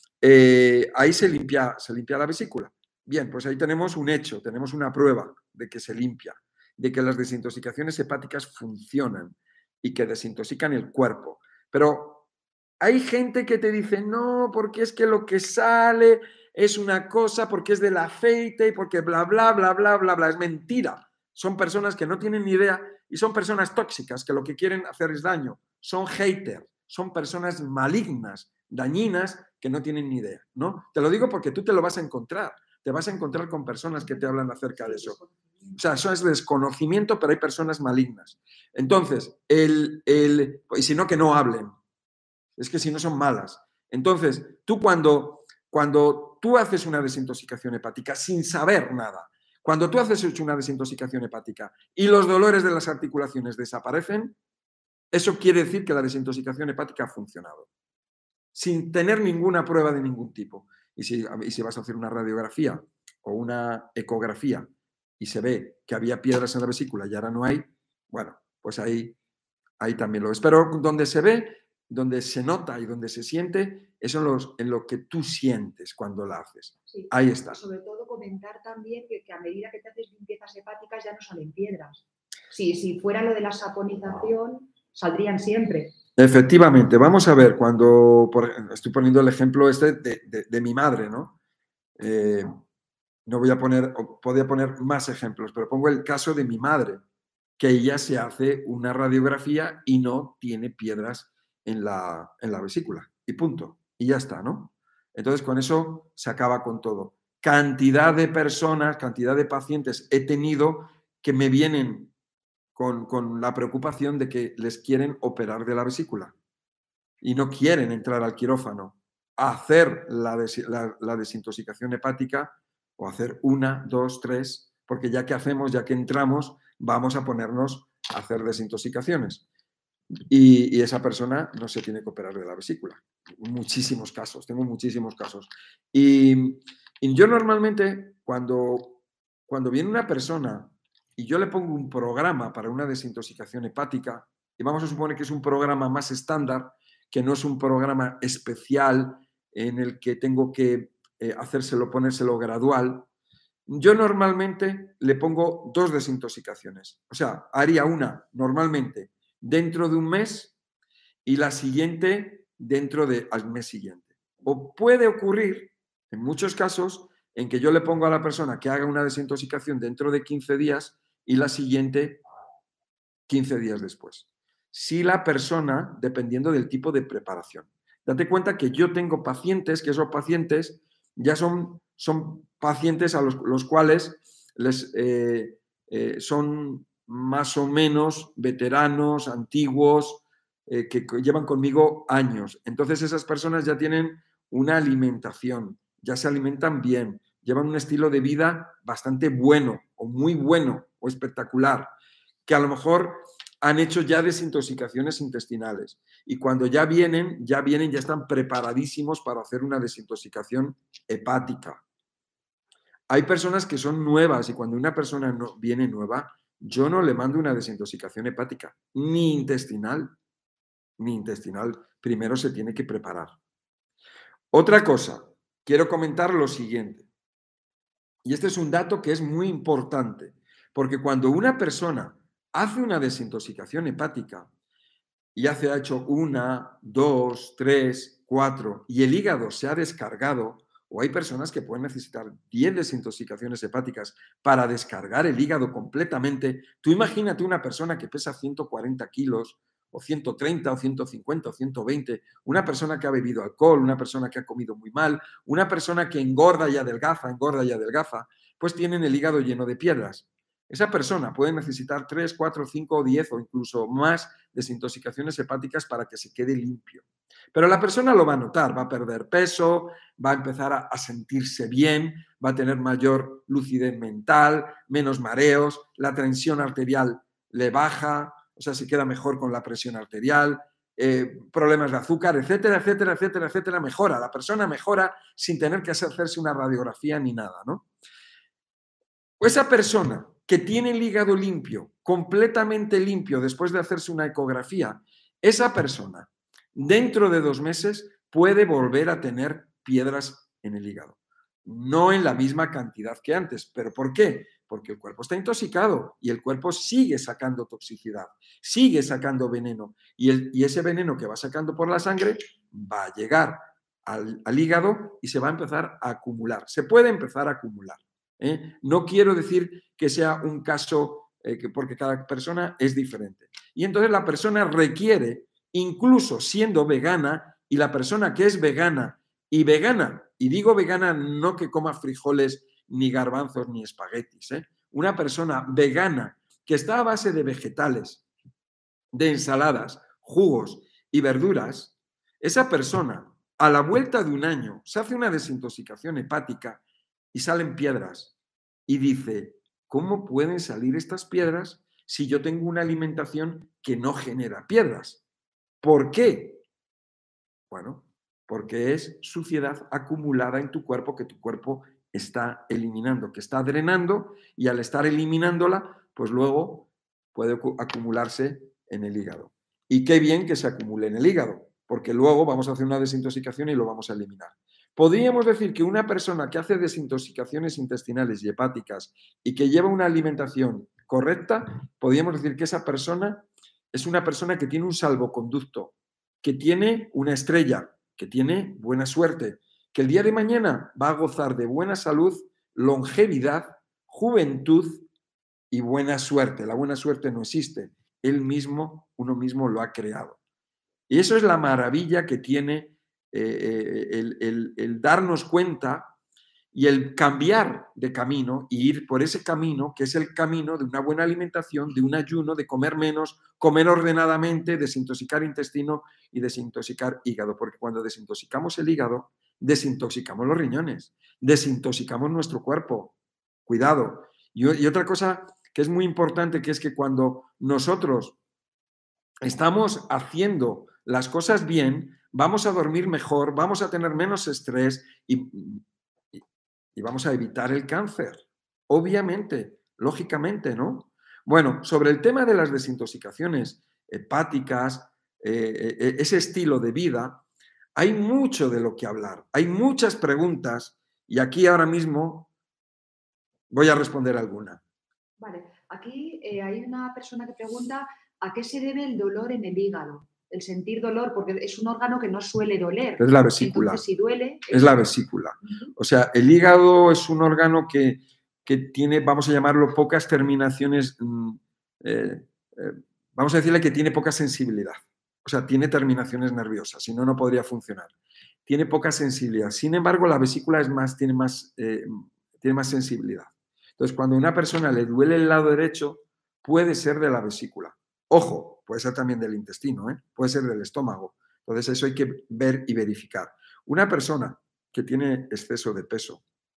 eh, ahí se limpia, se limpia la vesícula. Bien, pues ahí tenemos un hecho, tenemos una prueba de que se limpia, de que las desintoxicaciones hepáticas funcionan y que desintoxican el cuerpo. Pero hay gente que te dice, no, porque es que lo que sale es una cosa, porque es del aceite y porque bla, bla, bla, bla, bla, bla. Es mentira. Son personas que no tienen ni idea y son personas tóxicas que lo que quieren hacer es daño. Son haters, son personas malignas, dañinas, que no tienen ni idea, ¿no? Te lo digo porque tú te lo vas a encontrar. Te vas a encontrar con personas que te hablan acerca de eso. O sea, eso es desconocimiento, pero hay personas malignas. Entonces, el, el, y si no, que no hablen. Es que si no son malas. Entonces, tú cuando, cuando tú haces una desintoxicación hepática sin saber nada, cuando tú haces una desintoxicación hepática y los dolores de las articulaciones desaparecen, eso quiere decir que la desintoxicación hepática ha funcionado. Sin tener ninguna prueba de ningún tipo. Y si, y si vas a hacer una radiografía o una ecografía y se ve que había piedras en la vesícula y ahora no hay, bueno, pues ahí, ahí también lo ves. Pero donde se ve, donde se nota y donde se siente, eso en, los, en lo que tú sientes cuando la haces. Sí, ahí está. Sobre todo comentar también que, que a medida que te haces limpiezas hepáticas ya no salen piedras. Si, si fuera lo de la saponización, saldrían siempre. Efectivamente, vamos a ver, cuando por, estoy poniendo el ejemplo este de, de, de mi madre, ¿no? Eh, no voy a poner, podría poner más ejemplos, pero pongo el caso de mi madre, que ella se hace una radiografía y no tiene piedras en la, en la vesícula, y punto, y ya está, ¿no? Entonces con eso se acaba con todo. Cantidad de personas, cantidad de pacientes he tenido que me vienen Con, con, la preocupación de que les quieren operar de la vesícula y no quieren entrar al quirófano a hacer la, des, la, la desintoxicación hepática o hacer una, dos, tres, porque ya que hacemos, ya que entramos, vamos a ponernos a hacer desintoxicaciones. Y, y esa persona no se tiene que operar de la vesícula. Muchísimos casos, tengo muchísimos casos. Y, y yo normalmente, cuando, cuando viene una persona y yo le pongo un programa para una desintoxicación hepática, y vamos a suponer que es un programa más estándar, que no es un programa especial en el que tengo que eh, hacérselo, ponérselo gradual, yo normalmente le pongo dos desintoxicaciones. O sea, haría una normalmente dentro de un mes y la siguiente dentro del mes siguiente. O puede ocurrir, en muchos casos, en que yo le pongo a la persona que haga una desintoxicación dentro de quince días y la siguiente quince días después. Si la persona, dependiendo del tipo de preparación. Date cuenta que yo tengo pacientes, que esos pacientes ya son, son pacientes a los, los cuales les, eh, eh, son más o menos veteranos, antiguos, eh, que llevan conmigo años. Entonces esas personas ya tienen una alimentación, ya se alimentan bien, llevan un estilo de vida bastante bueno o muy bueno o espectacular, que a lo mejor han hecho ya desintoxicaciones intestinales y cuando ya vienen, ya vienen, ya están preparadísimos para hacer una desintoxicación hepática. Hay personas que son nuevas y cuando una persona no, viene nueva, yo no le mando una desintoxicación hepática, ni intestinal, ni intestinal. Primero se tiene que preparar. Otra cosa, quiero comentar lo siguiente, y este es un dato que es muy importante, porque cuando una persona hace una desintoxicación hepática y hace, ha hecho una, dos, tres, cuatro, y el hígado se ha descargado, o hay personas que pueden necesitar diez desintoxicaciones hepáticas para descargar el hígado completamente. Tú imagínate una persona que pesa ciento cuarenta kilos, o ciento treinta, o ciento cincuenta, o ciento veinte, una persona que ha bebido alcohol, una persona que ha comido muy mal, una persona que engorda y adelgaza, engorda y adelgaza, pues tienen el hígado lleno de piedras. Esa persona puede necesitar tres, cuatro, cinco, diez o incluso más desintoxicaciones hepáticas para que se quede limpio. Pero la persona lo va a notar, va a perder peso, va a empezar a, a sentirse bien, va a tener mayor lucidez mental, menos mareos, la tensión arterial le baja, o sea, se queda mejor con la presión arterial, eh, problemas de azúcar, etcétera, etcétera, etcétera, etcétera, mejora. La persona mejora sin tener que hacerse una radiografía ni nada, ¿no? Pues esa persona que tiene el hígado limpio, completamente limpio después de hacerse una ecografía, esa persona dentro de dos meses puede volver a tener piedras en el hígado. No en la misma cantidad que antes. ¿Pero por qué? Porque el cuerpo está intoxicado y el cuerpo sigue sacando toxicidad, sigue sacando veneno. Y, el, y ese veneno que va sacando por la sangre va a llegar al, al hígado y se va a empezar a acumular. Se puede empezar a acumular. ¿eh? No quiero decir que sea un caso, eh, que, porque cada persona es diferente. Y entonces la persona requiere, incluso siendo vegana, y la persona que es vegana, y vegana, y digo vegana no que coma frijoles, ni garbanzos, ni espaguetis, ¿eh? Una persona vegana que está a base de vegetales, de ensaladas, jugos y verduras, esa persona a la vuelta de un año se hace una desintoxicación hepática y salen piedras. Y dice, ¿cómo pueden salir estas piedras si yo tengo una alimentación que no genera piedras? ¿Por qué? Bueno, porque es suciedad acumulada en tu cuerpo que tu cuerpo está eliminando, que está drenando, y al estar eliminándola, pues luego puede acumularse en el hígado. Y qué bien que se acumule en el hígado, porque luego vamos a hacer una desintoxicación y lo vamos a eliminar. Podríamos decir que una persona que hace desintoxicaciones intestinales y hepáticas y que lleva una alimentación correcta, podríamos decir que esa persona es una persona que tiene un salvoconducto, que tiene una estrella, que tiene buena suerte, que el día de mañana va a gozar de buena salud, longevidad, juventud y buena suerte. La buena suerte no existe, él mismo, uno mismo lo ha creado. Y eso es la maravilla que tiene eh, el, el, el darnos cuenta y el cambiar de camino y ir por ese camino, que es el camino de una buena alimentación, de un ayuno, de comer menos, comer ordenadamente, desintoxicar intestino y desintoxicar hígado, porque cuando desintoxicamos el hígado, desintoxicamos los riñones, desintoxicamos nuestro cuerpo. Cuidado. Y, y otra cosa que es muy importante, que es que cuando nosotros estamos haciendo las cosas bien, vamos a dormir mejor, vamos a tener menos estrés y, y, y vamos a evitar el cáncer. Obviamente, lógicamente, ¿no? Bueno, sobre el tema de las desintoxicaciones hepáticas, eh, eh, ese estilo de vida, hay mucho de lo que hablar, hay muchas preguntas y aquí ahora mismo voy a responder alguna. Vale, aquí eh, hay una persona que pregunta ¿a qué se debe el dolor en el hígado? El sentir dolor, porque es un órgano que no suele doler. Es la vesícula. Entonces, si duele... Es, es la vesícula. Uh-huh. O sea, el hígado es un órgano que, que tiene, vamos a llamarlo, pocas terminaciones, eh, eh, vamos a decirle que tiene poca sensibilidad. O sea, tiene terminaciones nerviosas, si no, no podría funcionar. Tiene poca sensibilidad. Sin embargo, la vesícula es más, tiene, más, eh, tiene más sensibilidad. Entonces, cuando a una persona le duele el lado derecho, puede ser de la vesícula. Ojo, puede ser también del intestino, ¿eh? Puede ser del estómago. Entonces, eso hay que ver y verificar. Una persona que tiene exceso de peso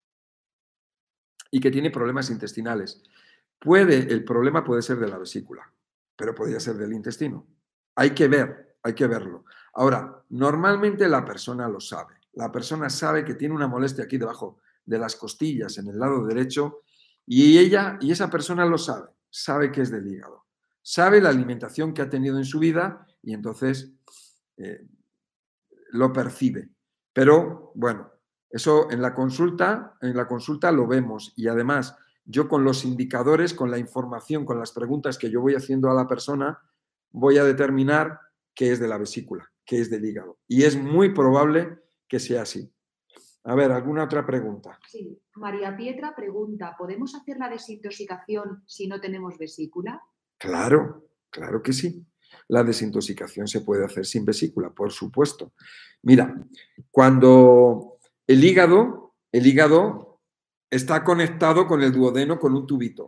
y que tiene problemas intestinales, puede, el problema puede ser de la vesícula, pero podría ser del intestino. Hay que ver, hay que verlo. Ahora, normalmente la persona lo sabe. La persona sabe que tiene una molestia aquí debajo de las costillas, en el lado derecho, y ella, y esa persona lo sabe, sabe que es del hígado. Sabe la alimentación que ha tenido en su vida y entonces eh, lo percibe. Pero, bueno, eso en la consulta, en la consulta lo vemos y además yo con los indicadores, con la información, con las preguntas que yo voy haciendo a la persona, voy a determinar qué es de la vesícula, qué es del hígado. Y es muy probable que sea así. A ver, ¿alguna otra pregunta? Sí, María Pietra pregunta, ¿podemos hacer la desintoxicación si no tenemos vesícula? Claro, claro que sí. La desintoxicación se puede hacer sin vesícula, por supuesto. Mira, cuando el hígado, el hígado está conectado con el duodeno con un tubito.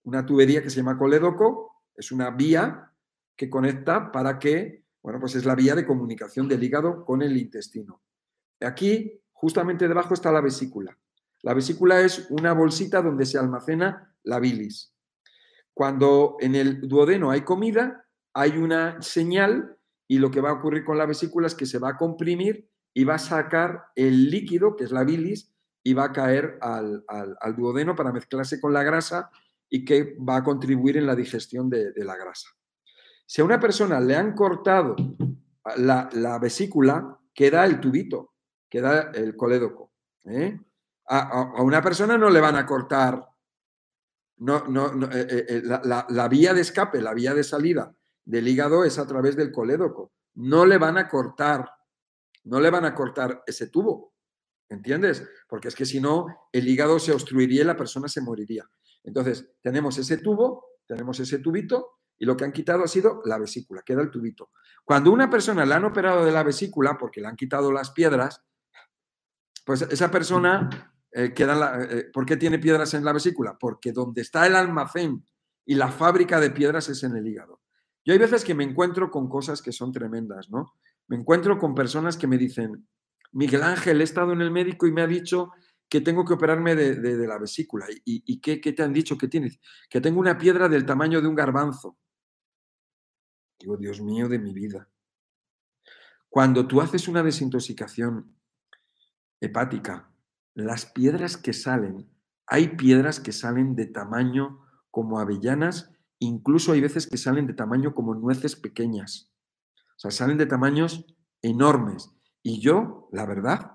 una tubería que se llama colédoco, es una vía que conecta para que, bueno, pues es la vía de comunicación del hígado con el intestino. Aquí, justamente debajo, está la vesícula. La vesícula es una bolsita donde se almacena la bilis. Cuando en el duodeno hay comida, hay una señal y lo que va a ocurrir con la vesícula es que se va a comprimir y va a sacar el líquido, que es la bilis, y va a caer al, al, al duodeno para mezclarse con la grasa y que va a contribuir en la digestión de, de la grasa. Si a una persona le han cortado la, la vesícula, queda el tubito, queda el colédoco. ¿eh? A, a, a una persona no le van a cortar no, no, no eh, eh, la, la, la vía de escape, la vía de salida del hígado es a través del colédoco. No le van a cortar, no le van a cortar ese tubo, ¿entiendes? Porque es que si no, el hígado se obstruiría y la persona se moriría. Entonces, tenemos ese tubo, tenemos ese tubito y lo que han quitado ha sido la vesícula, queda el tubito. Cuando a una persona le han operado de la vesícula porque le han quitado las piedras, pues esa persona... Eh, quedan la, eh, ¿Por qué tiene piedras en la vesícula? Porque donde está el almacén y la fábrica de piedras es en el hígado. Yo hay veces que me encuentro con cosas que son tremendas, ¿no? Me encuentro con personas que me dicen, Miguel Ángel, he estado en el médico y me ha dicho que tengo que operarme de, de, de la vesícula. ¿Y, y qué, qué te han dicho que tienes? Que tengo una piedra del tamaño de un garbanzo. Digo, Dios mío de mi vida. Cuando tú haces una desintoxicación hepática, las piedras que salen, hay piedras que salen de tamaño como avellanas, incluso hay veces que salen de tamaño como nueces pequeñas. O sea, salen de tamaños enormes. Y yo, la verdad,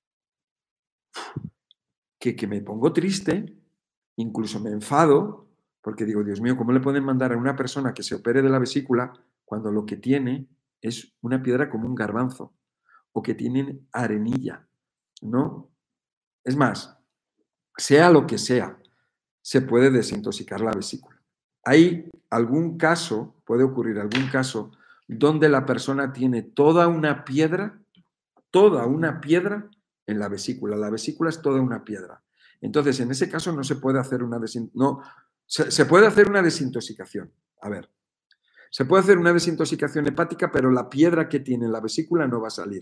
que, que me pongo triste, incluso me enfado, porque digo, Dios mío, ¿cómo le pueden mandar a una persona que se opere de la vesícula cuando lo que tiene es una piedra como un garbanzo o que tienen arenilla? ¿No? Es más, sea lo que sea, se puede desintoxicar la vesícula. Hay algún caso, puede ocurrir algún caso, donde la persona tiene toda una piedra, toda una piedra en la vesícula. La vesícula es toda una piedra. Entonces, en ese caso no se puede hacer una desintoxicación. No, se, se puede hacer una desintoxicación. A ver, se puede hacer una desintoxicación hepática, pero la piedra que tiene en la vesícula no va a salir.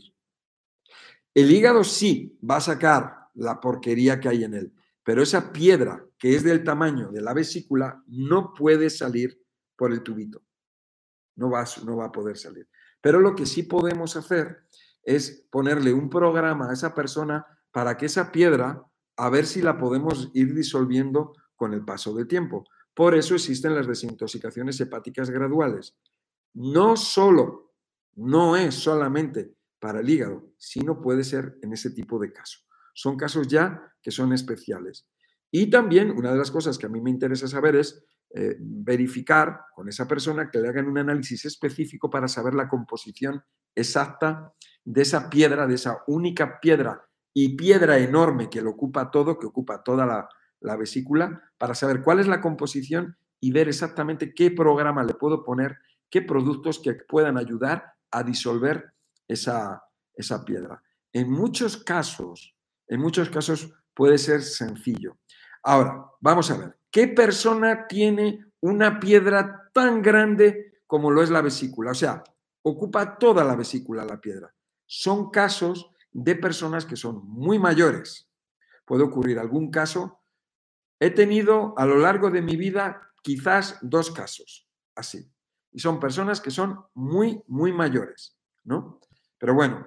El hígado sí va a sacar la porquería que hay en él, pero esa piedra que es del tamaño de la vesícula no puede salir por el tubito. No va, no va a poder salir. Pero lo que sí podemos hacer es ponerle un programa a esa persona para que esa piedra, a ver si la podemos ir disolviendo con el paso del tiempo. Por eso existen las desintoxicaciones hepáticas graduales. No solo, no es solamente para el hígado, sino puede ser en ese tipo de casos. Son casos ya que son especiales. Y también una de las cosas que a mí me interesa saber es eh, verificar con esa persona que le hagan un análisis específico para saber la composición exacta de esa piedra, de esa única piedra y piedra enorme que lo ocupa todo, que ocupa toda la, la vesícula, para saber cuál es la composición y ver exactamente qué programa le puedo poner, qué productos que puedan ayudar a disolver esa, esa piedra. En muchos casos, en muchos casos puede ser sencillo. Ahora, vamos a ver, ¿qué persona tiene una piedra tan grande como lo es la vesícula? O sea, ocupa toda la vesícula la piedra. Son casos de personas que son muy mayores. Puede ocurrir algún caso. He tenido a lo largo de mi vida quizás dos casos así. Y son personas que son muy, muy mayores, ¿no? Pero bueno,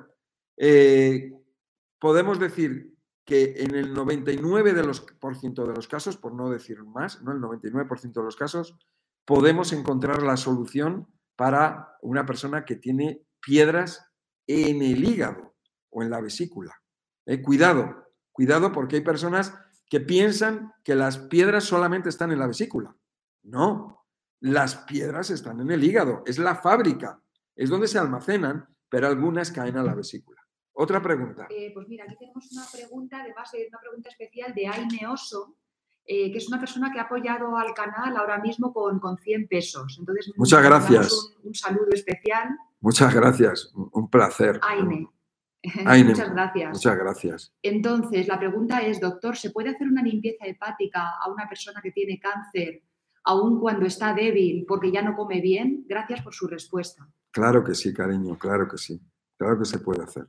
eh, podemos decir que en el noventa y nueve por ciento de los casos, por no decir más, ¿no? El noventa y nueve por ciento de los casos, podemos encontrar la solución para una persona que tiene piedras en el hígado o en la vesícula. Eh, cuidado, cuidado porque hay personas que piensan que las piedras solamente están en la vesícula. No, las piedras están en el hígado, es la fábrica, es donde se almacenan, pero algunas caen a la vesícula. Otra pregunta. Eh, pues mira, aquí tenemos una pregunta, además eh, una pregunta especial de Aime Oso, eh, que es una persona que ha apoyado al canal ahora mismo con, con cien pesos. Entonces, muchas gracias. Un, un saludo especial. Muchas gracias, un placer. Aime. Aime. Muchas gracias. Muchas gracias. Entonces, la pregunta es, doctor, ¿se puede hacer una limpieza hepática a una persona que tiene cáncer aun cuando está débil porque ya no come bien? Gracias por su respuesta. Claro que sí, cariño, claro que sí. Claro que se puede hacer.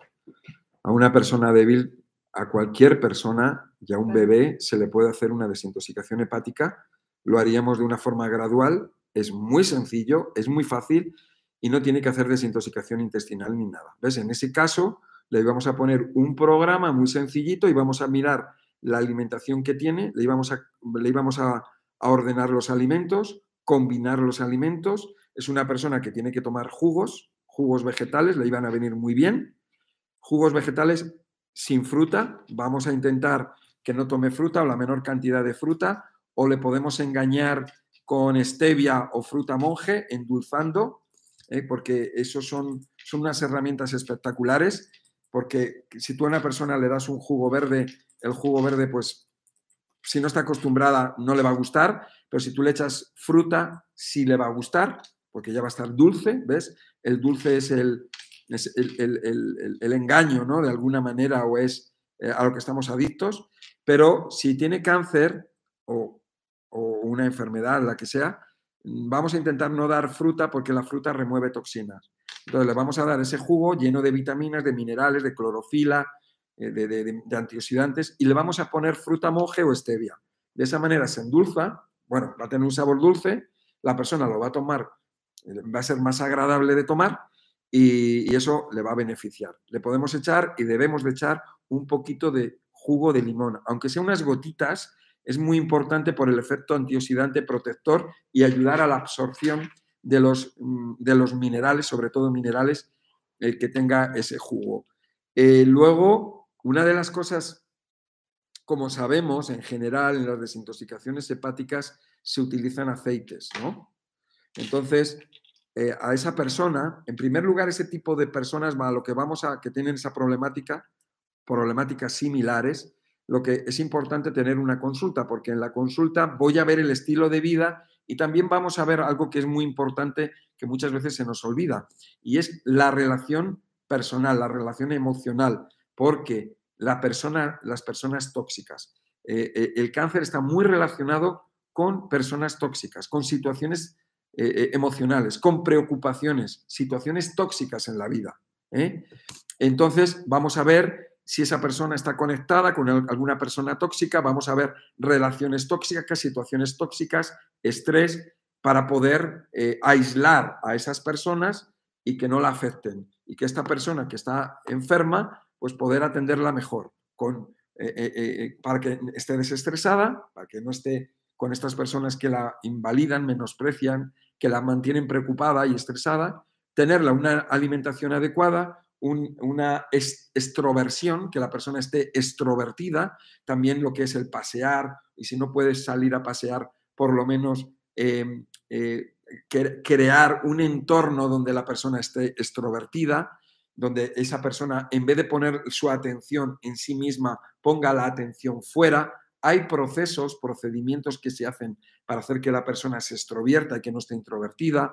A una persona débil, a cualquier persona y a un Claro. bebé se le puede hacer una desintoxicación hepática. Lo haríamos de una forma gradual, es muy sencillo, es muy fácil y no tiene que hacer desintoxicación intestinal ni nada. ¿Ves? En ese caso, le íbamos a poner un programa muy sencillito y vamos a mirar la alimentación que tiene, le íbamos a, le íbamos a, a ordenar los alimentos, combinar los alimentos. Es una persona que tiene que tomar jugos, jugos vegetales, le iban a venir muy bien. Jugos vegetales sin fruta, vamos a intentar que no tome fruta o la menor cantidad de fruta, o le podemos engañar con stevia o fruta monje, endulzando, ¿eh? Porque esos son, son unas herramientas espectaculares, porque si tú a una persona le das un jugo verde, el jugo verde, pues, si no está acostumbrada, no le va a gustar, pero si tú le echas fruta, sí le va a gustar, porque ya va a estar dulce, ¿ves? El dulce es el, es el, el, el, el engaño, ¿no? De alguna manera, o es eh, a lo que estamos adictos, pero si tiene cáncer o, o una enfermedad, la que sea, vamos a intentar no dar fruta porque la fruta remueve toxinas. Entonces le vamos a dar ese jugo lleno de vitaminas, de minerales, de clorofila, de, de, de, de antioxidantes, y le vamos a poner fruta monje o stevia. De esa manera se endulza, bueno, va a tener un sabor dulce, la persona lo va a tomar, va a ser más agradable de tomar y, y eso le va a beneficiar. Le podemos echar y debemos de echar un poquito de jugo de limón, aunque sea unas gotitas, es muy importante por el efecto antioxidante protector y ayudar a la absorción de los, de los minerales, sobre todo minerales, eh, que tenga ese jugo. Eh, luego, una de las cosas, como sabemos, en general en las desintoxicaciones hepáticas se utilizan aceites, ¿no? Entonces, eh, a esa persona, en primer lugar, ese tipo de personas a lo que vamos a, que tienen esa problemática, problemáticas similares, lo que es importante tener una consulta, porque en la consulta voy a ver el estilo de vida y también vamos a ver algo que es muy importante, que muchas veces se nos olvida, y es la relación personal, la relación emocional, porque la persona, las personas tóxicas, eh, eh, el cáncer está muy relacionado con personas tóxicas, con situaciones eh, emocionales, con preocupaciones, situaciones tóxicas en la vida, ¿eh? Entonces, vamos a ver si esa persona está conectada con alguna persona tóxica, vamos a ver relaciones tóxicas, situaciones tóxicas, estrés, para poder eh, aislar a esas personas y que no la afecten. Y que esta persona que está enferma, pues poder atenderla mejor, con, eh, eh, eh, para que esté desestresada, para que no esté con estas personas que la invalidan, menosprecian, que la mantienen preocupada y estresada, tenerla una alimentación adecuada, un, una est extroversión, que la persona esté extrovertida, también lo que es el pasear, y si no puedes salir a pasear, por lo menos eh, eh, que, crear un entorno donde la persona esté extrovertida, donde esa persona, en vez de poner su atención en sí misma, ponga la atención fuera. Hay procesos, procedimientos que se hacen para hacer que la persona se extrovierta y que no esté introvertida.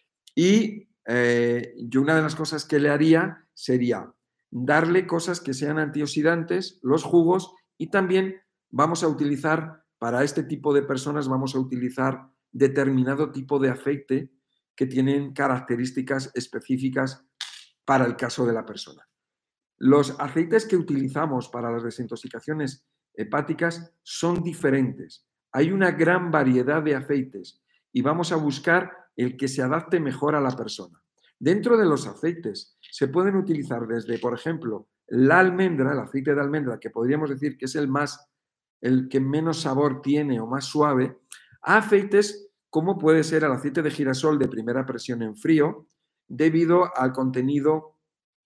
Y eh, yo una de las cosas que le haría sería darle cosas que sean antioxidantes, los jugos, y también vamos a utilizar, para este tipo de personas, vamos a utilizar determinado tipo de aceite que tienen características específicas para el caso de la persona. Los aceites que utilizamos para las desintoxicaciones hepáticas son diferentes. Hay una gran variedad de aceites y vamos a buscar el que se adapte mejor a la persona. Dentro de los aceites se pueden utilizar desde, por ejemplo, la almendra, el aceite de almendra, que podríamos decir que es el más, el que menos sabor tiene o más suave, a aceites como puede ser el aceite de girasol de primera presión en frío, debido al contenido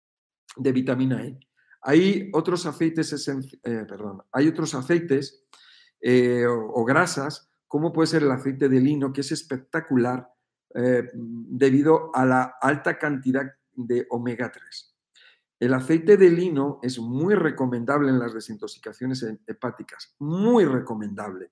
de vitamina E. Hay otros aceites, eh, perdón, hay otros aceites eh, o, o grasas, como puede ser el aceite de lino, que es espectacular eh, debido a la alta cantidad de omega tres. El aceite de lino es muy recomendable en las desintoxicaciones hepáticas, muy recomendable.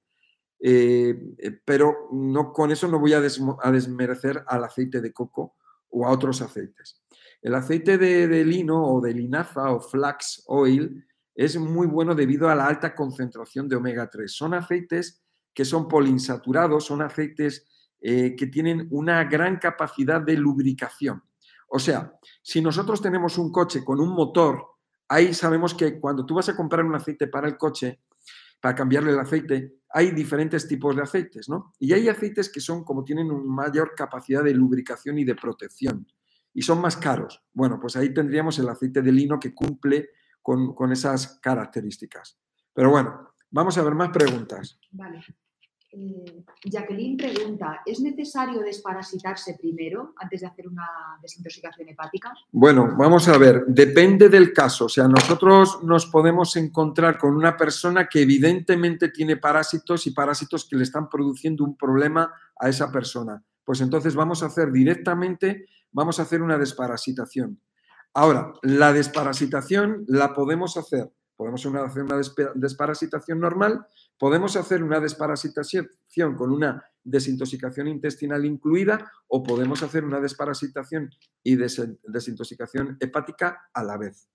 Eh, eh, pero no, con eso no voy a, des, a desmerecer al aceite de coco o a otros aceites. El aceite de, de lino o de linaza o flax oil es muy bueno debido a la alta concentración de omega tres. Son aceites que son poliinsaturados, son aceites eh, que tienen una gran capacidad de lubricación. O sea, si nosotros tenemos un coche con un motor, ahí sabemos que cuando tú vas a comprar un aceite para el coche, para cambiarle el aceite, hay diferentes tipos de aceites, ¿no? Y hay aceites que son como tienen una mayor capacidad de lubricación y de protección y son más caros. Bueno, pues ahí tendríamos el aceite de lino que cumple con, con esas características. Pero bueno, vamos a ver más preguntas. Vale. Eh, Jacqueline pregunta, ¿es necesario desparasitarse primero antes de hacer una desintoxicación hepática? Bueno, vamos a ver, depende del caso. O sea, nosotros nos podemos encontrar con una persona que evidentemente tiene parásitos y parásitos que le están produciendo un problema a esa persona. Pues entonces vamos a hacer directamente, vamos a hacer una desparasitación. Ahora, la desparasitación la podemos hacer. Podemos hacer una desparasitación normal, podemos hacer una desparasitación con una desintoxicación intestinal incluida o podemos hacer una desparasitación y des desintoxicación hepática a la vez.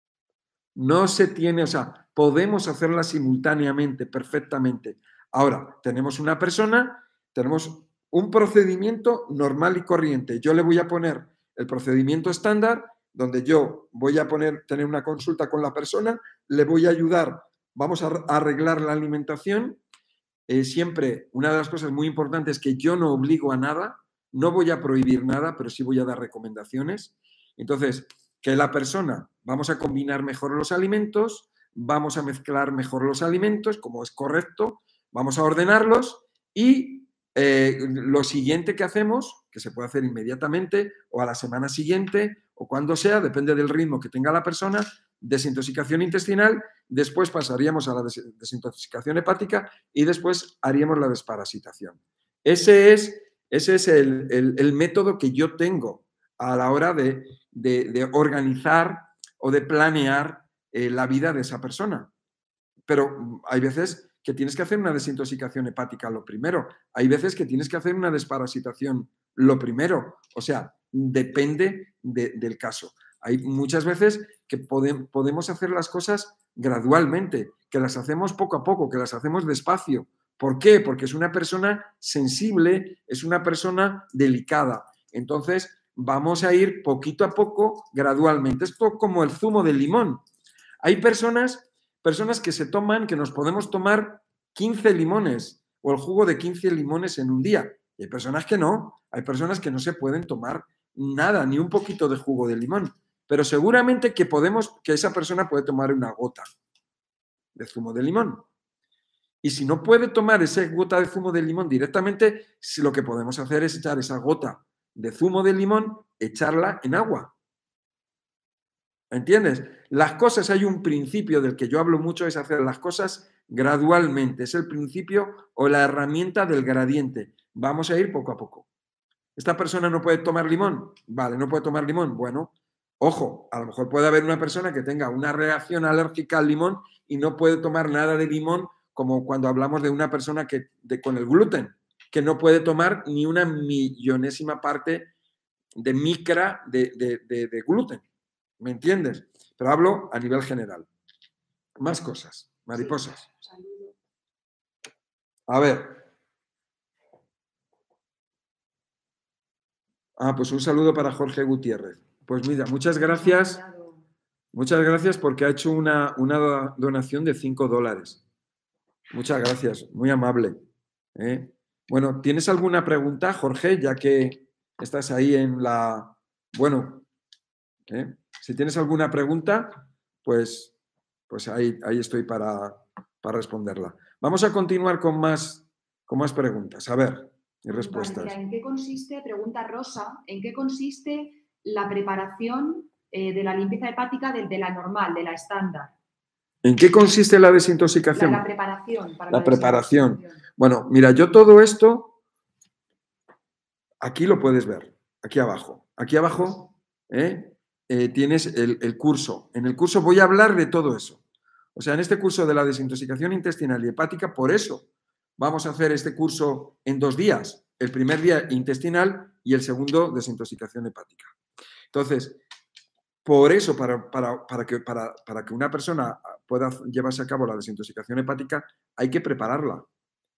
No se tiene, o sea, podemos hacerla simultáneamente, perfectamente. Ahora, tenemos una persona, tenemos un procedimiento normal y corriente. Yo le voy a poner el procedimiento estándar, donde yo voy a poner, tener una consulta con la persona, le voy a ayudar, vamos a arreglar la alimentación. Eh, siempre, una de las cosas muy importantes es que yo no obligo a nada, no voy a prohibir nada, pero sí voy a dar recomendaciones. Entonces, que la persona, vamos a combinar mejor los alimentos, vamos a mezclar mejor los alimentos, como es correcto, vamos a ordenarlos y eh, lo siguiente que hacemos, que se puede hacer inmediatamente o a la semana siguiente o cuando sea, depende del ritmo que tenga la persona, desintoxicación intestinal, después pasaríamos a la des desintoxicación hepática y después haríamos la desparasitación. Ese es, ese es el, el, el método que yo tengo a la hora de, de, de organizar o de planear eh, la vida de esa persona. Pero hay veces que tienes que hacer una desintoxicación hepática lo primero, hay veces que tienes que hacer una desparasitación lo primero, o sea, depende de, del caso. Hay muchas veces que pode, podemos hacer las cosas gradualmente, que las hacemos poco a poco, que las hacemos despacio. ¿Por qué? Porque es una persona sensible, es una persona delicada. Entonces, vamos a ir poquito a poco, gradualmente. Esto como el zumo de limón. Hay personas... Personas que se toman, que nos podemos tomar quince limones o el jugo de quince limones en un día. Y hay personas que no. Hay personas que no se pueden tomar nada, ni un poquito de jugo de limón. Pero seguramente que podemos, que esa persona puede tomar una gota de zumo de limón. Y si no puede tomar esa gota de zumo de limón directamente, lo que podemos hacer es echar esa gota de zumo de limón, echarla en agua. ¿Entiendes? Las cosas, hay un principio del que yo hablo mucho, es hacer las cosas gradualmente. Es el principio o la herramienta del gradiente. Vamos a ir poco a poco. ¿Esta persona no puede tomar limón? Vale, no puede tomar limón. Bueno, ojo, a lo mejor puede haber una persona que tenga una reacción alérgica al limón y no puede tomar nada de limón, como cuando hablamos de una persona que, de, con el gluten, que no puede tomar ni una millonésima parte de micra de, de, de, de gluten. ¿Me entiendes? Pero hablo a nivel general. Más cosas, mariposas. A ver. Ah, pues un saludo para Jorge Gutiérrez. Pues mira, muchas gracias. Muchas gracias porque ha hecho una, una donación de cinco dólares. Muchas gracias, muy amable. ¿eh? Bueno, ¿tienes alguna pregunta, Jorge? Ya que estás ahí en la... Bueno, ¿eh? Si tienes alguna pregunta, pues, pues ahí, ahí estoy para, para responderla. Vamos a continuar con más, con más preguntas. A ver, y respuestas. Vale, mira, ¿en qué consiste, pregunta Rosa, en qué consiste la preparación eh, de la limpieza hepática de, de la normal, de la estándar? ¿En qué consiste la desintoxicación? La, la preparación. Para la, la preparación. Bueno, mira, yo todo esto, aquí lo puedes ver, aquí abajo. Aquí abajo, ¿eh? Eh, tienes el, el curso. En el curso voy a hablar de todo eso. O sea, en este curso de la desintoxicación intestinal y hepática, por eso vamos a hacer este curso en dos días. El primer día intestinal y el segundo desintoxicación hepática. Entonces, por eso, para, para, para, que, para, para que una persona pueda llevarse a cabo la desintoxicación hepática, hay que prepararla.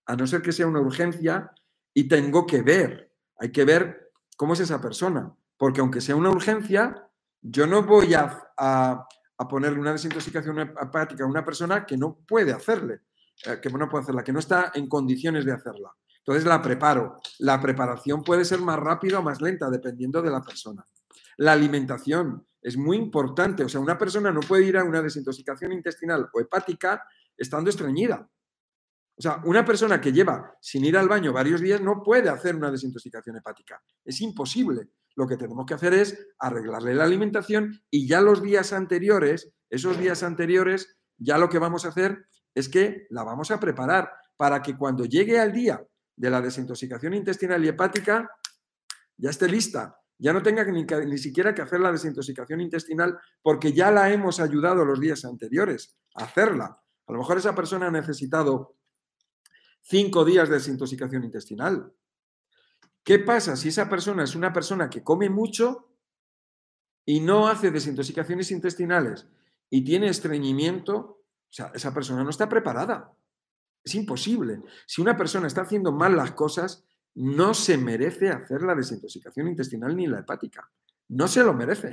a no ser que sea una urgencia y tengo que ver, hay que ver cómo es esa persona, porque aunque sea una urgencia, yo no voy a, a, a ponerle una desintoxicación hepática a una persona que no puede hacerle, eh, que no puede hacerla, que no está en condiciones de hacerla. Entonces la preparo. La preparación puede ser más rápida o más lenta, dependiendo de la persona. La alimentación es muy importante. O sea, una persona no puede ir a una desintoxicación intestinal o hepática estando estreñida. O sea, una persona que lleva sin ir al baño varios días no puede hacer una desintoxicación hepática. Es imposible. Lo que tenemos que hacer es arreglarle la alimentación y ya los días anteriores, esos días anteriores, ya lo que vamos a hacer es que la vamos a preparar para que cuando llegue al día de la desintoxicación intestinal y hepática ya esté lista, ya no tenga ni, ni siquiera que hacer la desintoxicación intestinal porque ya la hemos ayudado los días anteriores a hacerla. A lo mejor esa persona ha necesitado cinco días de desintoxicación intestinal. ¿Qué pasa si esa persona es una persona que come mucho y no hace desintoxicaciones intestinales y tiene estreñimiento? O sea, esa persona no está preparada. Es imposible. Si una persona está haciendo mal las cosas, no se merece hacer la desintoxicación intestinal ni la hepática. No se lo merece.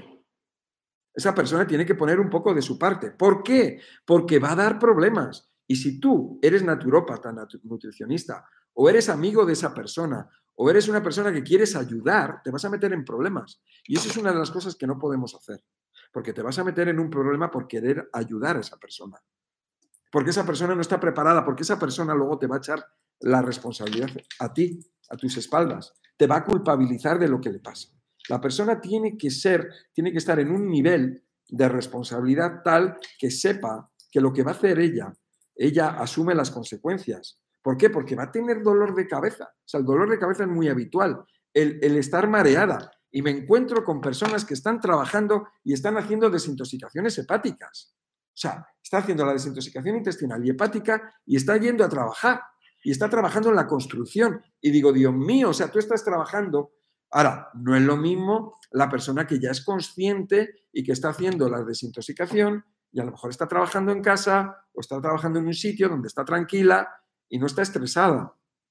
Esa persona tiene que poner un poco de su parte. ¿Por qué? Porque va a dar problemas. Y si tú eres naturópata, nutricionista, o eres amigo de esa persona, o eres una persona que quieres ayudar, te vas a meter en problemas. Y eso es una de las cosas que no podemos hacer. Porque te vas a meter en un problema por querer ayudar a esa persona. Porque esa persona no está preparada, porque esa persona luego te va a echar la responsabilidad a ti, a tus espaldas. Te va a culpabilizar de lo que le pasa. La persona tiene que ser, tiene que estar en un nivel de responsabilidad tal que sepa que lo que va a hacer ella, ella asume las consecuencias. ¿Por qué? Porque va a tener dolor de cabeza. O sea, el dolor de cabeza es muy habitual. El, el estar mareada. Y me encuentro con personas que están trabajando y están haciendo desintoxicaciones hepáticas. O sea, está haciendo la desintoxicación intestinal y hepática y está yendo a trabajar. Y está trabajando en la construcción. Y digo, Dios mío, o sea, tú estás trabajando. Ahora, no es lo mismo la persona que ya es consciente y que está haciendo la desintoxicación y a lo mejor está trabajando en casa o está trabajando en un sitio donde está tranquila y no está estresada.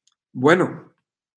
Bueno,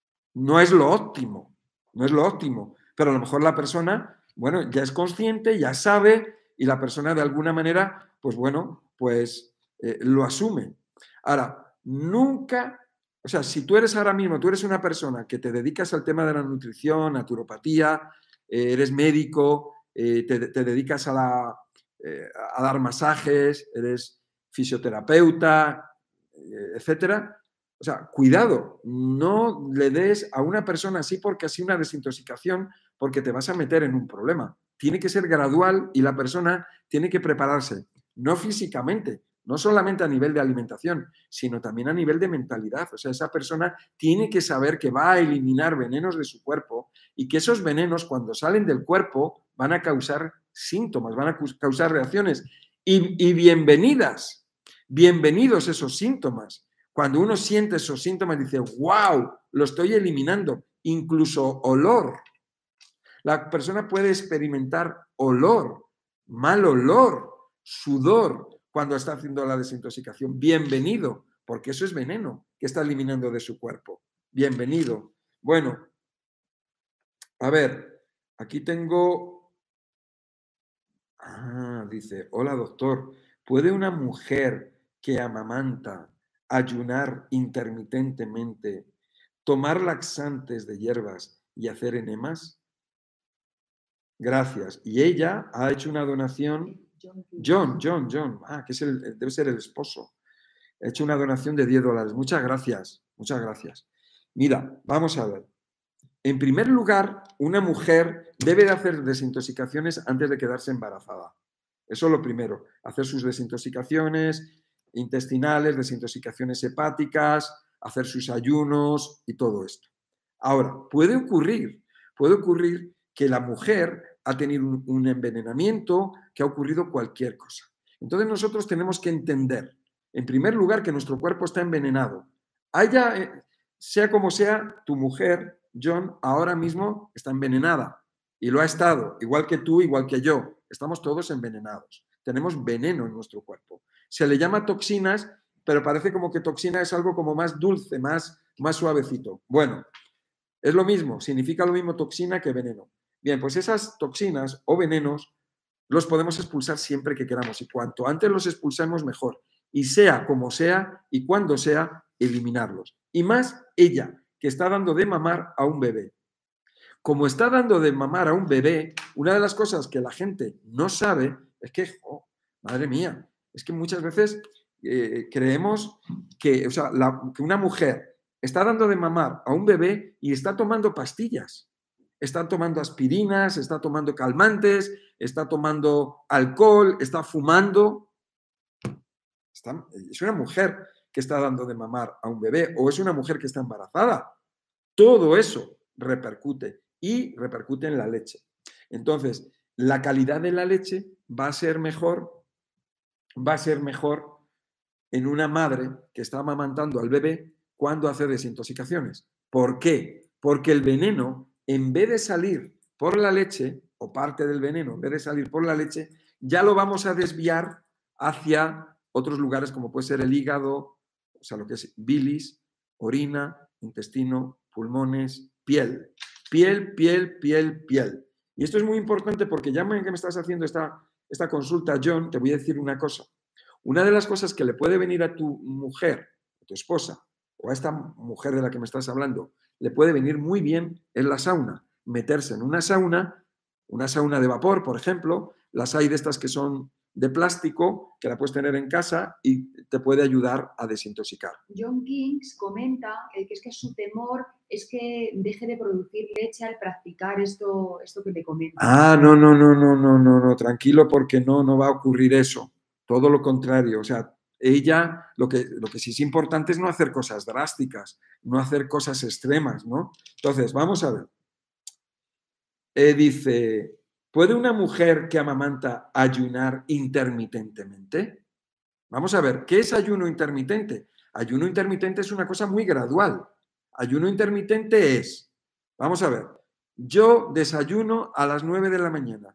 no es lo óptimo, no es lo óptimo, pero a lo mejor la persona, bueno, ya es consciente, ya sabe y la persona de alguna manera, pues bueno, pues eh, lo asume. Ahora, nunca... O sea, si tú eres ahora mismo, tú eres una persona que te dedicas al tema de la nutrición, naturopatía, eh, eres médico, eh, te, te, dedicas a, la, eh, a dar masajes, eres fisioterapeuta, eh, etcétera. O sea, cuidado, no le des a una persona así porque así una desintoxicación, porque te vas a meter en un problema. Tiene que ser gradual y la persona tiene que prepararse, no físicamente, no solamente a nivel de alimentación, sino también a nivel de mentalidad. O sea, esa persona tiene que saber que va a eliminar venenos de su cuerpo y que esos venenos, cuando salen del cuerpo, van a causar síntomas, van a causar reacciones. Y, y bienvenidas, bienvenidos esos síntomas. Cuando uno siente esos síntomas, dice, wow, lo estoy eliminando. Incluso olor. La persona puede experimentar olor, mal olor, sudor, cuando está haciendo la desintoxicación. Bienvenido, porque eso es veneno que está eliminando de su cuerpo. Bienvenido. Bueno, a ver, aquí tengo... Ah, dice, hola doctor, ¿puede una mujer que amamanta ayunar intermitentemente, tomar laxantes de hierbas y hacer enemas? Gracias. Y ella ha hecho una donación... John, John, John, ah, que es el, debe ser el esposo. He hecho una donación de diez dólares. Muchas gracias, muchas gracias. Mira, vamos a ver. En primer lugar, una mujer debe de hacer desintoxicaciones antes de quedarse embarazada. Eso es lo primero. Hacer sus desintoxicaciones intestinales, desintoxicaciones hepáticas, hacer sus ayunos y todo esto. Ahora, puede ocurrir, puede ocurrir que la mujer ha tenido un, un envenenamiento, que ha ocurrido cualquier cosa. Entonces nosotros tenemos que entender, en primer lugar, que nuestro cuerpo está envenenado. Haya, sea como sea, tu mujer, John, ahora mismo está envenenada y lo ha estado, igual que tú, igual que yo. Estamos todos envenenados. Tenemos veneno en nuestro cuerpo. Se le llama toxinas pero parece como que toxina es algo como más dulce, más, más suavecito. Bueno, es lo mismo, significa lo mismo toxina que veneno. Bien, pues esas toxinas o venenos los podemos expulsar siempre que queramos y cuanto antes los expulsemos mejor. Y sea como sea y cuando sea, eliminarlos. Y más ella, que está dando de mamar a un bebé. Como está dando de mamar a un bebé, una de las cosas que la gente no sabe es que, oh, madre mía, es que muchas veces eh, creemos que, o sea, la, que una mujer está dando de mamar a un bebé y está tomando pastillas. Está tomando aspirinas, está tomando calmantes, está tomando alcohol, está fumando. Está, es una mujer que está dando de mamar a un bebé o es una mujer que está embarazada. Todo eso repercute y repercute en la leche. Entonces, la calidad de la leche va a ser mejor, va a ser mejor en una madre que está amamantando al bebé cuando hace desintoxicaciones. ¿Por qué? Porque el veneno, en vez de salir por la leche, o parte del veneno, en vez de salir por la leche, ya lo vamos a desviar hacia otros lugares como puede ser el hígado, o sea, lo que es bilis, orina, intestino, pulmones, piel. Piel, piel, piel, piel. Y esto es muy importante porque ya que me estás haciendo esta, esta consulta, John, te voy a decir una cosa. Una de las cosas que le puede venir a tu mujer, a tu esposa, o a esta mujer de la que me estás hablando, le puede venir muy bien es la sauna. Meterse en una sauna, una sauna de vapor, por ejemplo, las hay de estas que son de plástico, que la puedes tener en casa y te puede ayudar a desintoxicar. John Kings comenta que es que su temor es que deje de producir leche al practicar esto, esto que te comento. Ah, no, no, no, no, no, no, no, tranquilo porque no, no va a ocurrir eso. Todo lo contrario, o sea, ella, lo que, lo que sí es importante es no hacer cosas drásticas, no hacer cosas extremas, ¿no? Entonces, vamos a ver. Eh, dice, ¿puede una mujer que amamanta ayunar intermitentemente? Vamos a ver, ¿qué es ayuno intermitente? Ayuno intermitente es una cosa muy gradual. Ayuno intermitente es, vamos a ver, yo desayuno a las nueve de la mañana,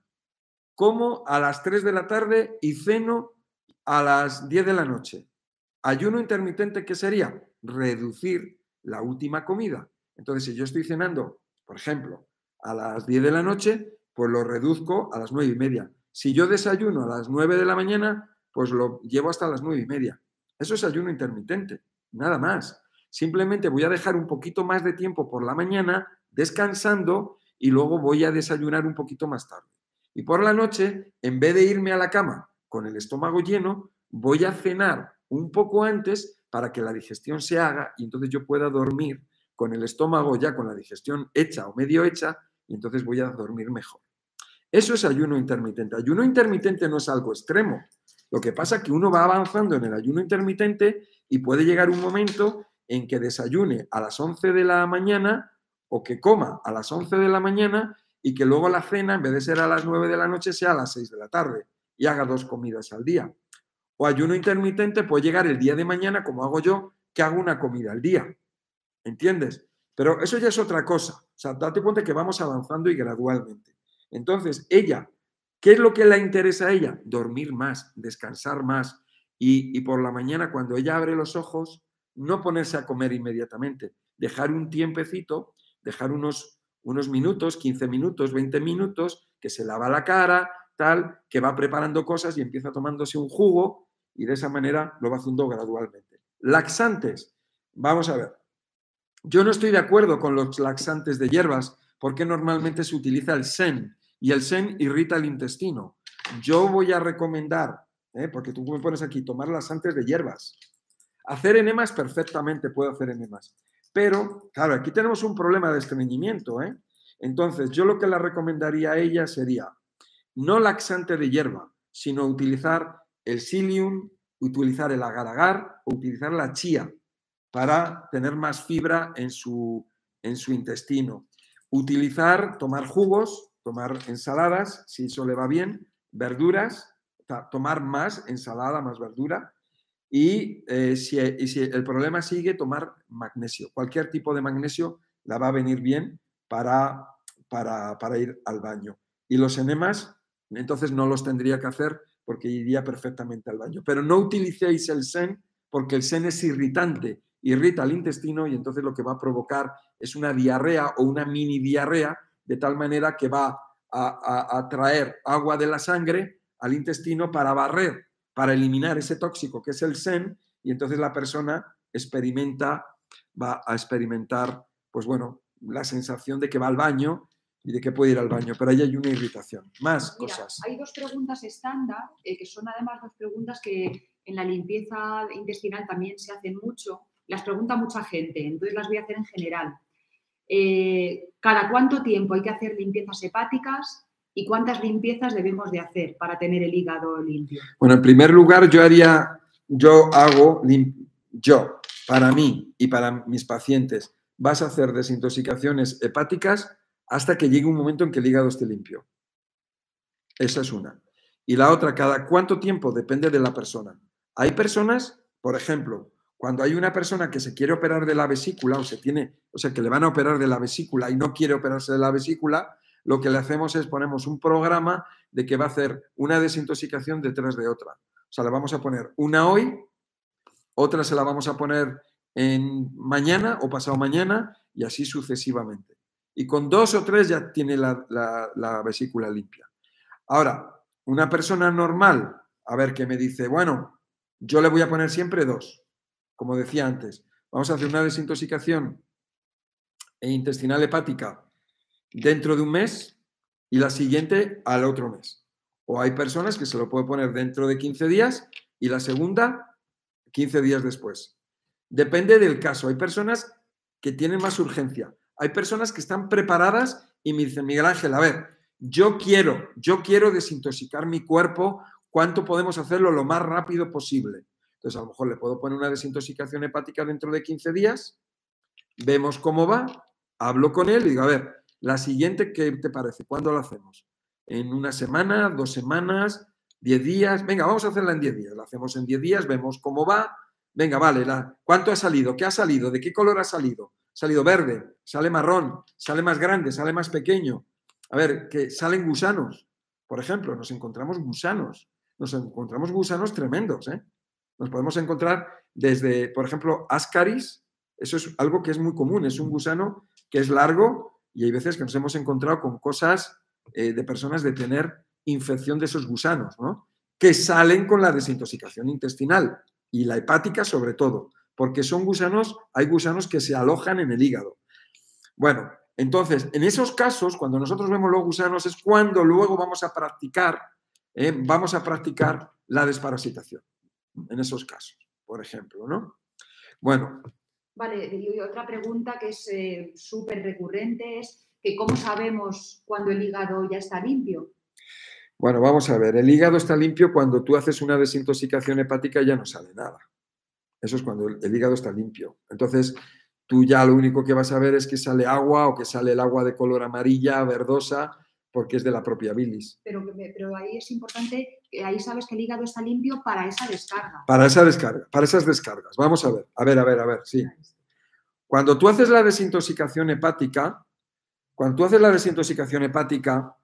como a las tres de la tarde y ceno a las diez de la noche. Ayuno intermitente, ¿qué sería? Reducir la última comida. Entonces, si yo estoy cenando, por ejemplo, a las diez de la noche, pues lo reduzco a las nueve y media. Si yo desayuno a las nueve de la mañana, pues lo llevo hasta las nueve y media. Eso es ayuno intermitente, nada más. Simplemente voy a dejar un poquito más de tiempo por la mañana descansando y luego voy a desayunar un poquito más tarde. Y por la noche, en vez de irme a la cama con el estómago lleno, voy a cenar un poco antes para que la digestión se haga y entonces yo pueda dormir con el estómago ya con la digestión hecha o medio hecha y entonces voy a dormir mejor. Eso es ayuno intermitente. Ayuno intermitente no es algo extremo. Lo que pasa es que uno va avanzando en el ayuno intermitente y puede llegar un momento en que desayune a las once de la mañana o que coma a las once de la mañana y que luego la cena, en vez de ser a las nueve de la noche, sea a las seis de la tarde y haga dos comidas al día. O ayuno intermitente puede llegar el día de mañana, como hago yo, que hago una comida al día. ¿Entiendes? Pero eso ya es otra cosa. O sea, date cuenta que vamos avanzando y gradualmente. Entonces, ella, ¿qué es lo que le interesa a ella? Dormir más, descansar más. Y, y por la mañana, cuando ella abre los ojos, no ponerse a comer inmediatamente. Dejar un tiempecito, dejar unos, unos minutos, quince minutos, veinte minutos, que se lava la cara, tal, que va preparando cosas y empieza tomándose un jugo y de esa manera lo va haciendo gradualmente. Laxantes. Vamos a ver. Yo no estoy de acuerdo con los laxantes de hierbas porque normalmente se utiliza el sen y el sen irrita el intestino. Yo voy a recomendar, ¿eh? porque tú me pones aquí, tomar laxantes de hierbas. Hacer enemas perfectamente, puedo hacer enemas. Pero, claro, aquí tenemos un problema de estreñimiento. ¿eh? Entonces, yo lo que le recomendaría a ella sería no laxante de hierba, sino utilizar el psyllium, utilizar el agar-agar o utilizar la chía para tener más fibra en su, en su intestino. Utilizar, tomar jugos, tomar ensaladas, si eso le va bien, verduras, tomar más ensalada, más verdura. Y, eh, si, y si el problema sigue, tomar magnesio. Cualquier tipo de magnesio la va a venir bien para, para, para ir al baño. Y los enemas, entonces no los tendría que hacer porque iría perfectamente al baño. Pero no utilicéis el sen porque el sen es irritante, irrita el intestino y entonces lo que va a provocar es una diarrea o una mini diarrea, de tal manera que va a, a, a traer agua de la sangre al intestino para barrer, para eliminar ese tóxico que es el sen, y entonces la persona experimenta, va a experimentar, pues bueno, la sensación de que va al baño y de que puede ir al baño, pero ahí hay una irritación. Más Mira, cosas. hay dos preguntas estándar, eh, que son además dos preguntas que en la limpieza intestinal también se hacen mucho. Las pregunta mucha gente, entonces las voy a hacer en general. Eh, ¿Cada cuánto tiempo hay que hacer limpiezas hepáticas y cuántas limpiezas debemos de hacer para tener el hígado limpio? Bueno, en primer lugar, yo haría, yo hago, yo, para mí y para mis pacientes, vas a hacer desintoxicaciones hepáticas hasta que llegue un momento en que el hígado esté limpio. Esa es una. Y la otra, ¿cada cuánto tiempo? Depende de la persona. Hay personas, por ejemplo, cuando hay una persona que se quiere operar de la vesícula o se tiene, o sea, que le van a operar de la vesícula y no quiere operarse de la vesícula, lo que le hacemos es ponemos un programa de que va a hacer una desintoxicación detrás de otra. O sea, le vamos a poner una hoy, otra se la vamos a poner en mañana o pasado mañana y así sucesivamente. Y con dos o tres ya tiene la, la, la vesícula limpia. Ahora, una persona normal, a ver, que me dice, bueno, yo le voy a poner siempre dos, como decía antes. Vamos a hacer una desintoxicación intestinal hepática dentro de un mes y la siguiente al otro mes. O hay personas que se lo pueden poner dentro de quince días y la segunda quince días después. Depende del caso. Hay personas que tienen más urgencia. Hay personas que están preparadas y me dicen, Miguel Ángel, a ver, yo quiero, yo quiero desintoxicar mi cuerpo, ¿cuánto podemos hacerlo lo más rápido posible? Entonces, a lo mejor le puedo poner una desintoxicación hepática dentro de quince días, vemos cómo va, hablo con él y digo, a ver, la siguiente, ¿qué te parece? ¿Cuándo la hacemos? ¿En una semana, dos semanas, diez días? Venga, vamos a hacerla en diez días. La hacemos en diez días, vemos cómo va. Venga, vale, la, ¿cuánto ha salido? ¿Qué ha salido? ¿De qué color ha salido? ¿Ha salido verde? ¿Sale marrón? ¿Sale más grande? ¿Sale más pequeño? A ver, que salen gusanos. Por ejemplo, nos encontramos gusanos. Nos encontramos gusanos tremendos, ¿eh? Nos podemos encontrar desde, por ejemplo, ascaris. Eso es algo que es muy común. Es un gusano que es largo y hay veces que nos hemos encontrado con cosas eh, de personas de tener infección de esos gusanos, ¿no? Que salen con la desintoxicación intestinal y la hepática sobre todo, porque son gusanos, hay gusanos que se alojan en el hígado. Bueno, entonces, en esos casos, cuando nosotros vemos los gusanos, es cuando luego vamos a practicar, eh, vamos a practicar la desparasitación. En esos casos, por ejemplo, ¿no? Bueno. Vale, y otra pregunta que es eh, súper recurrente es que ¿cómo sabemos cuando el hígado ya está limpio? Bueno, vamos a ver, el hígado está limpio cuando tú haces una desintoxicación hepática y ya no sale nada. Eso es cuando el hígado está limpio. Entonces, tú ya lo único que vas a ver es que sale agua o que sale el agua de color amarilla, verdosa, porque es de la propia bilis. Pero, pero ahí es importante, ahí sabes que el hígado está limpio para esa descarga. Para esa descarga, para esas descargas. Vamos a ver, a ver, a ver, a ver, sí. Cuando tú haces la desintoxicación hepática, cuando tú haces la desintoxicación hepática,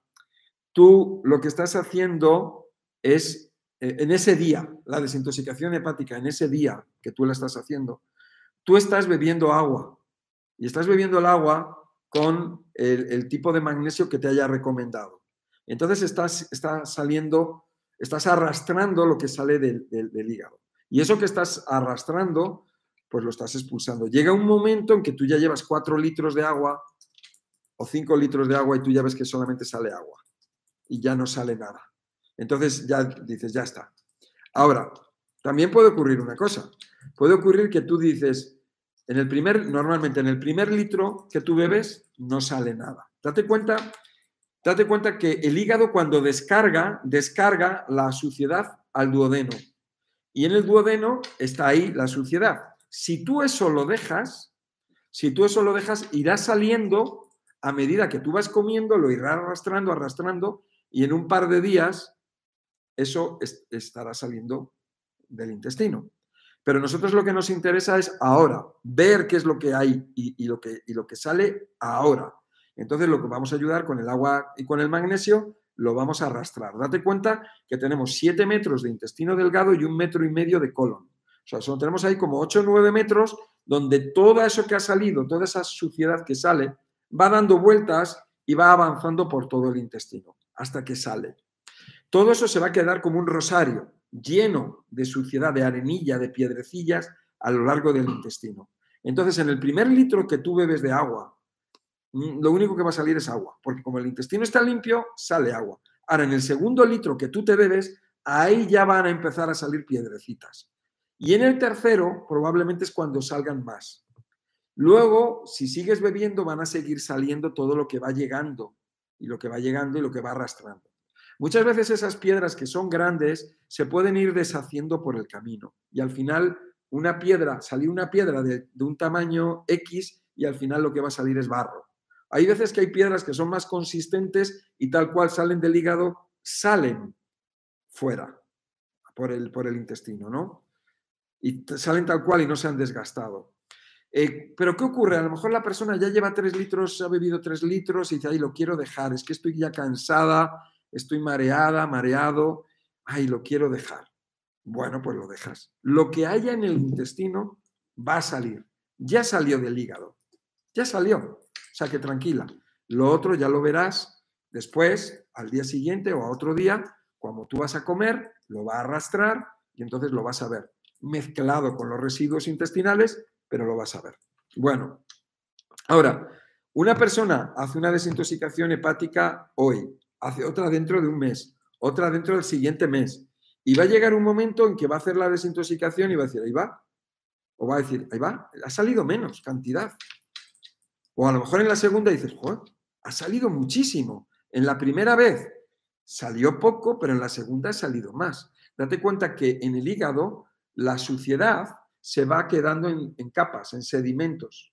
tú lo que estás haciendo es, eh, en ese día, la desintoxicación hepática, en ese día que tú la estás haciendo, tú estás bebiendo agua y estás bebiendo el agua con el, el tipo de magnesio que te haya recomendado. Entonces estás, estás saliendo, estás arrastrando lo que sale del, del, del hígado. Y eso que estás arrastrando, pues lo estás expulsando. Llega un momento en que tú ya llevas cuatro litros de agua o cinco litros de agua y tú ya ves que solamente sale agua y ya no sale nada. Entonces ya dices, ya está. Ahora, también puede ocurrir una cosa. Puede ocurrir que tú dices, en el primer, normalmente en el primer litro que tú bebes no sale nada. Date cuenta, date cuenta que el hígado cuando descarga, descarga la suciedad al duodeno. Y en el duodeno está ahí la suciedad. Si tú eso lo dejas, si tú eso lo dejas, irá saliendo a medida que tú vas comiendo, lo irá arrastrando, arrastrando, y en un par de días eso es, estará saliendo del intestino. Pero nosotros lo que nos interesa es ahora, ver qué es lo que hay y, y, lo, que, y lo que sale ahora. Entonces lo que vamos a ayudar con el agua y con el magnesio, lo vamos a arrastrar. Date cuenta que tenemos siete metros de intestino delgado y un metro y medio de colon. O sea, solo tenemos ahí como ocho o nueve metros donde todo eso que ha salido, toda esa suciedad que sale, va dando vueltas y va avanzando por todo el intestino hasta que sale. Todo eso se va a quedar como un rosario lleno de suciedad, de arenilla, de piedrecillas a lo largo del intestino. Entonces, en el primer litro que tú bebes de agua, lo único que va a salir es agua, porque como el intestino está limpio, sale agua. Ahora, en el segundo litro que tú te bebes, ahí ya van a empezar a salir piedrecitas. Y en el tercero, probablemente es cuando salgan más. Luego, si sigues bebiendo, van a seguir saliendo todo lo que va llegando, y lo que va llegando y lo que va arrastrando. Muchas veces esas piedras que son grandes se pueden ir deshaciendo por el camino. Y al final, una piedra, salió una piedra de, de un tamaño X y al final lo que va a salir es barro. Hay veces que hay piedras que son más consistentes y tal cual salen del hígado, salen fuera por el, por el intestino, ¿no? Y salen tal cual y no se han desgastado. Eh, pero ¿qué ocurre? A lo mejor la persona ya lleva tres litros, ha bebido tres litros y dice, ay, lo quiero dejar, es que estoy ya cansada, estoy mareada, mareado, ay, lo quiero dejar. Bueno, pues lo dejas. Lo que haya en el intestino va a salir. Ya salió del hígado. Ya salió. O sea que tranquila. Lo otro ya lo verás después, al día siguiente o a otro día, cuando tú vas a comer, lo va a arrastrar y entonces lo vas a ver mezclado con los residuos intestinales, pero lo vas a ver. Bueno, ahora, una persona hace una desintoxicación hepática hoy, hace otra dentro de un mes, otra dentro del siguiente mes, y va a llegar un momento en que va a hacer la desintoxicación y va a decir, ahí va, o va a decir, ahí va, ha salido menos cantidad. O a lo mejor en la segunda dices, joder, ha salido muchísimo. En la primera vez salió poco, pero en la segunda ha salido más. Date cuenta que en el hígado la suciedad se va quedando en, en capas, en sedimentos.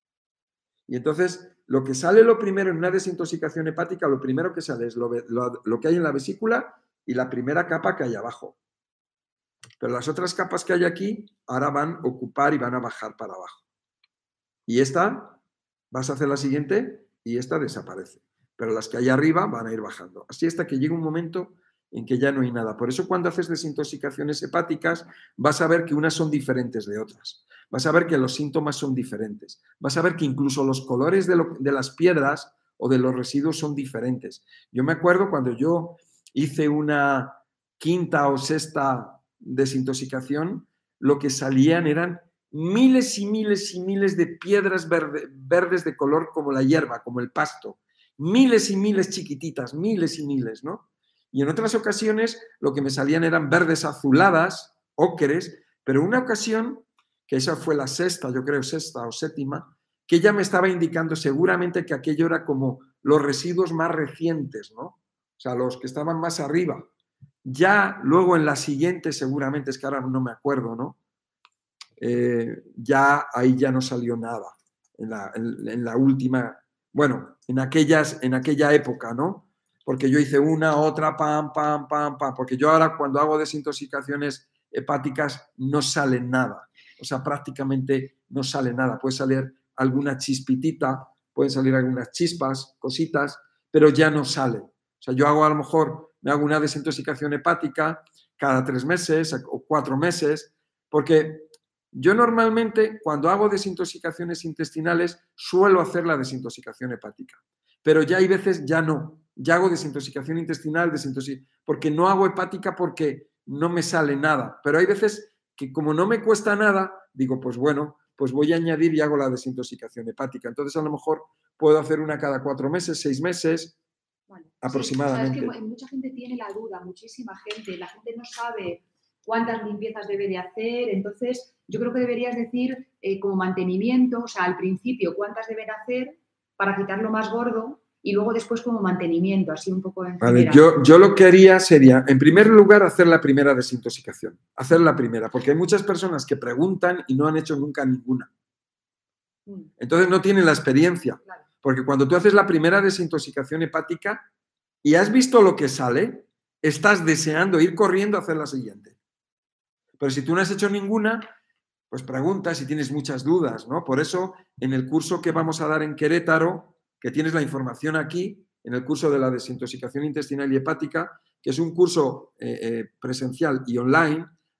Y entonces, lo que sale lo primero en una desintoxicación hepática, lo primero que sale es lo, lo, lo que hay en la vesícula y la primera capa que hay abajo. Pero las otras capas que hay aquí, ahora van a ocupar y van a bajar para abajo. Y esta, vas a hacer la siguiente y esta desaparece. Pero las que hay arriba van a ir bajando. Así hasta que llega un momento en que ya no hay nada. Por eso cuando haces desintoxicaciones hepáticas vas a ver que unas son diferentes de otras. Vas a ver que los síntomas son diferentes. Vas a ver que incluso los colores de, lo, de las piedras o de los residuos son diferentes. Yo me acuerdo cuando yo hice una quinta o sexta desintoxicación, lo que salían eran miles y miles y miles de piedras verde, verdes de color como la hierba, como el pasto. Miles y miles chiquititas, miles y miles, ¿no? Y en otras ocasiones lo que me salían eran verdes azuladas, ocres, pero una ocasión, que esa fue la sexta, yo creo sexta o séptima, que ya me estaba indicando seguramente que aquello era como los residuos más recientes, ¿no? O sea, los que estaban más arriba. Ya luego en la siguiente seguramente, es que ahora no me acuerdo, ¿no? Eh, ya ahí ya no salió nada. En la, en, en la última, bueno, en, aquellas, en aquella época, ¿no? Porque yo hice una, otra, pam, pam, pam, pam, porque yo ahora cuando hago desintoxicaciones hepáticas no sale nada, o sea, prácticamente no sale nada, puede salir alguna chispitita, pueden salir algunas chispas, cositas, pero ya no sale. O sea, yo hago a lo mejor, me hago una desintoxicación hepática cada tres meses o cuatro meses, porque yo normalmente cuando hago desintoxicaciones intestinales suelo hacer la desintoxicación hepática, pero ya hay veces ya no. Ya hago desintoxicación intestinal, desintoxic... porque no hago hepática porque no me sale nada. Pero hay veces que como no me cuesta nada, digo, pues bueno, pues voy a añadir y hago la desintoxicación hepática. Entonces a lo mejor puedo hacer una cada cuatro meses, seis meses, bueno, aproximadamente. Sí, o sea, es que mucha gente tiene la duda, muchísima gente. La gente no sabe cuántas limpiezas debe de hacer. Entonces yo creo que deberías decir eh, como mantenimiento, o sea, al principio cuántas deben hacer para quitar lo más gordo. Y luego después como mantenimiento, así un poco en vale, yo, yo lo que haría sería, en primer lugar, hacer la primera desintoxicación. Hacer la primera, porque hay muchas personas que preguntan y no han hecho nunca ninguna. Entonces no tienen la experiencia. Claro. Porque cuando tú haces la primera desintoxicación hepática y has visto lo que sale, estás deseando ir corriendo a hacer la siguiente. Pero si tú no has hecho ninguna, pues pregunta si tienes muchas dudas, ¿no? Por eso, en el curso que vamos a dar en Querétaro, que tienes la información aquí, en el curso de la desintoxicación intestinal y hepática, que es un curso eh, eh, presencial y online,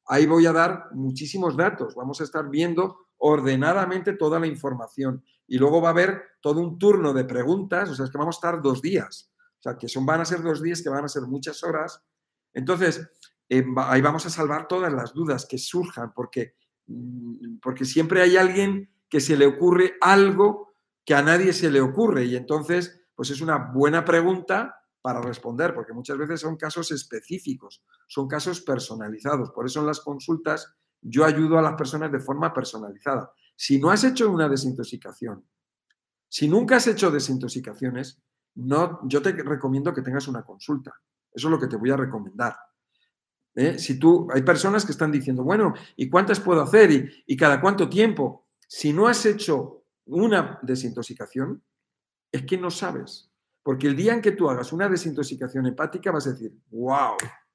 Ahí voy a dar muchísimos datos. Vamos a estar viendo ordenadamente toda la información. Y luego va a haber todo un turno de preguntas. O sea, es que vamos a estar dos días. O sea, que son, van a ser dos días que van a ser muchas horas. Entonces, eh, ahí vamos a salvar todas las dudas que surjan, porque, porque siempre hay alguien que se le ocurre algo que a nadie se le ocurre. Y entonces, pues es una buena pregunta para responder, porque muchas veces son casos específicos, son casos personalizados. Por eso en las consultas yo ayudo a las personas de forma personalizada. Si no has hecho una desintoxicación, si nunca has hecho desintoxicaciones, no, yo te recomiendo que tengas una consulta. Eso es lo que te voy a recomendar. ¿Eh? Si tú, hay personas que están diciendo, bueno, ¿y cuántas puedo hacer? ¿Y, y cada cuánto tiempo? Si no has hecho una desintoxicación, es que no sabes. Porque el día en que tú hagas una desintoxicación hepática vas a decir, wow,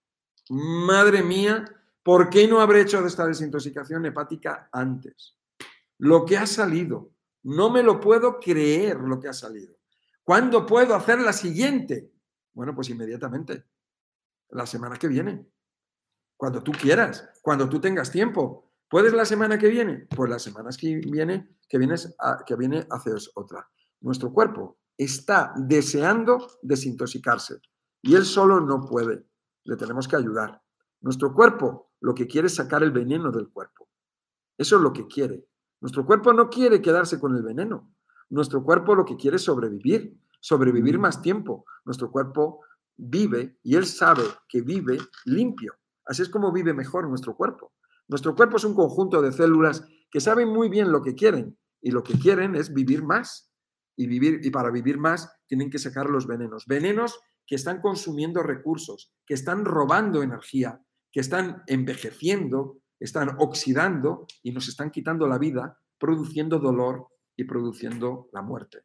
madre mía, ¿por qué no habré hecho esta desintoxicación hepática antes? Lo que ha salido, no me lo puedo creer lo que ha salido. ¿Cuándo puedo hacer la siguiente? Bueno, pues inmediatamente, la semana que viene, cuando tú quieras, cuando tú tengas tiempo. ¿Puedes la semana que viene? Pues la semana que viene, que, vienes a, que viene haces otra. Nuestro cuerpo está deseando desintoxicarse y él solo no puede. Le tenemos que ayudar. Nuestro cuerpo lo que quiere es sacar el veneno del cuerpo. Eso es lo que quiere. Nuestro cuerpo no quiere quedarse con el veneno. Nuestro cuerpo lo que quiere es sobrevivir, sobrevivir más tiempo. Nuestro cuerpo vive y él sabe que vive limpio. Así es como vive mejor nuestro cuerpo. Nuestro cuerpo es un conjunto de células que saben muy bien lo que quieren y lo que quieren es vivir más. Y, vivir, y para vivir más tienen que sacar los venenos. Venenos que están consumiendo recursos, que están robando energía, que están envejeciendo, están oxidando y nos están quitando la vida, produciendo dolor y produciendo la muerte.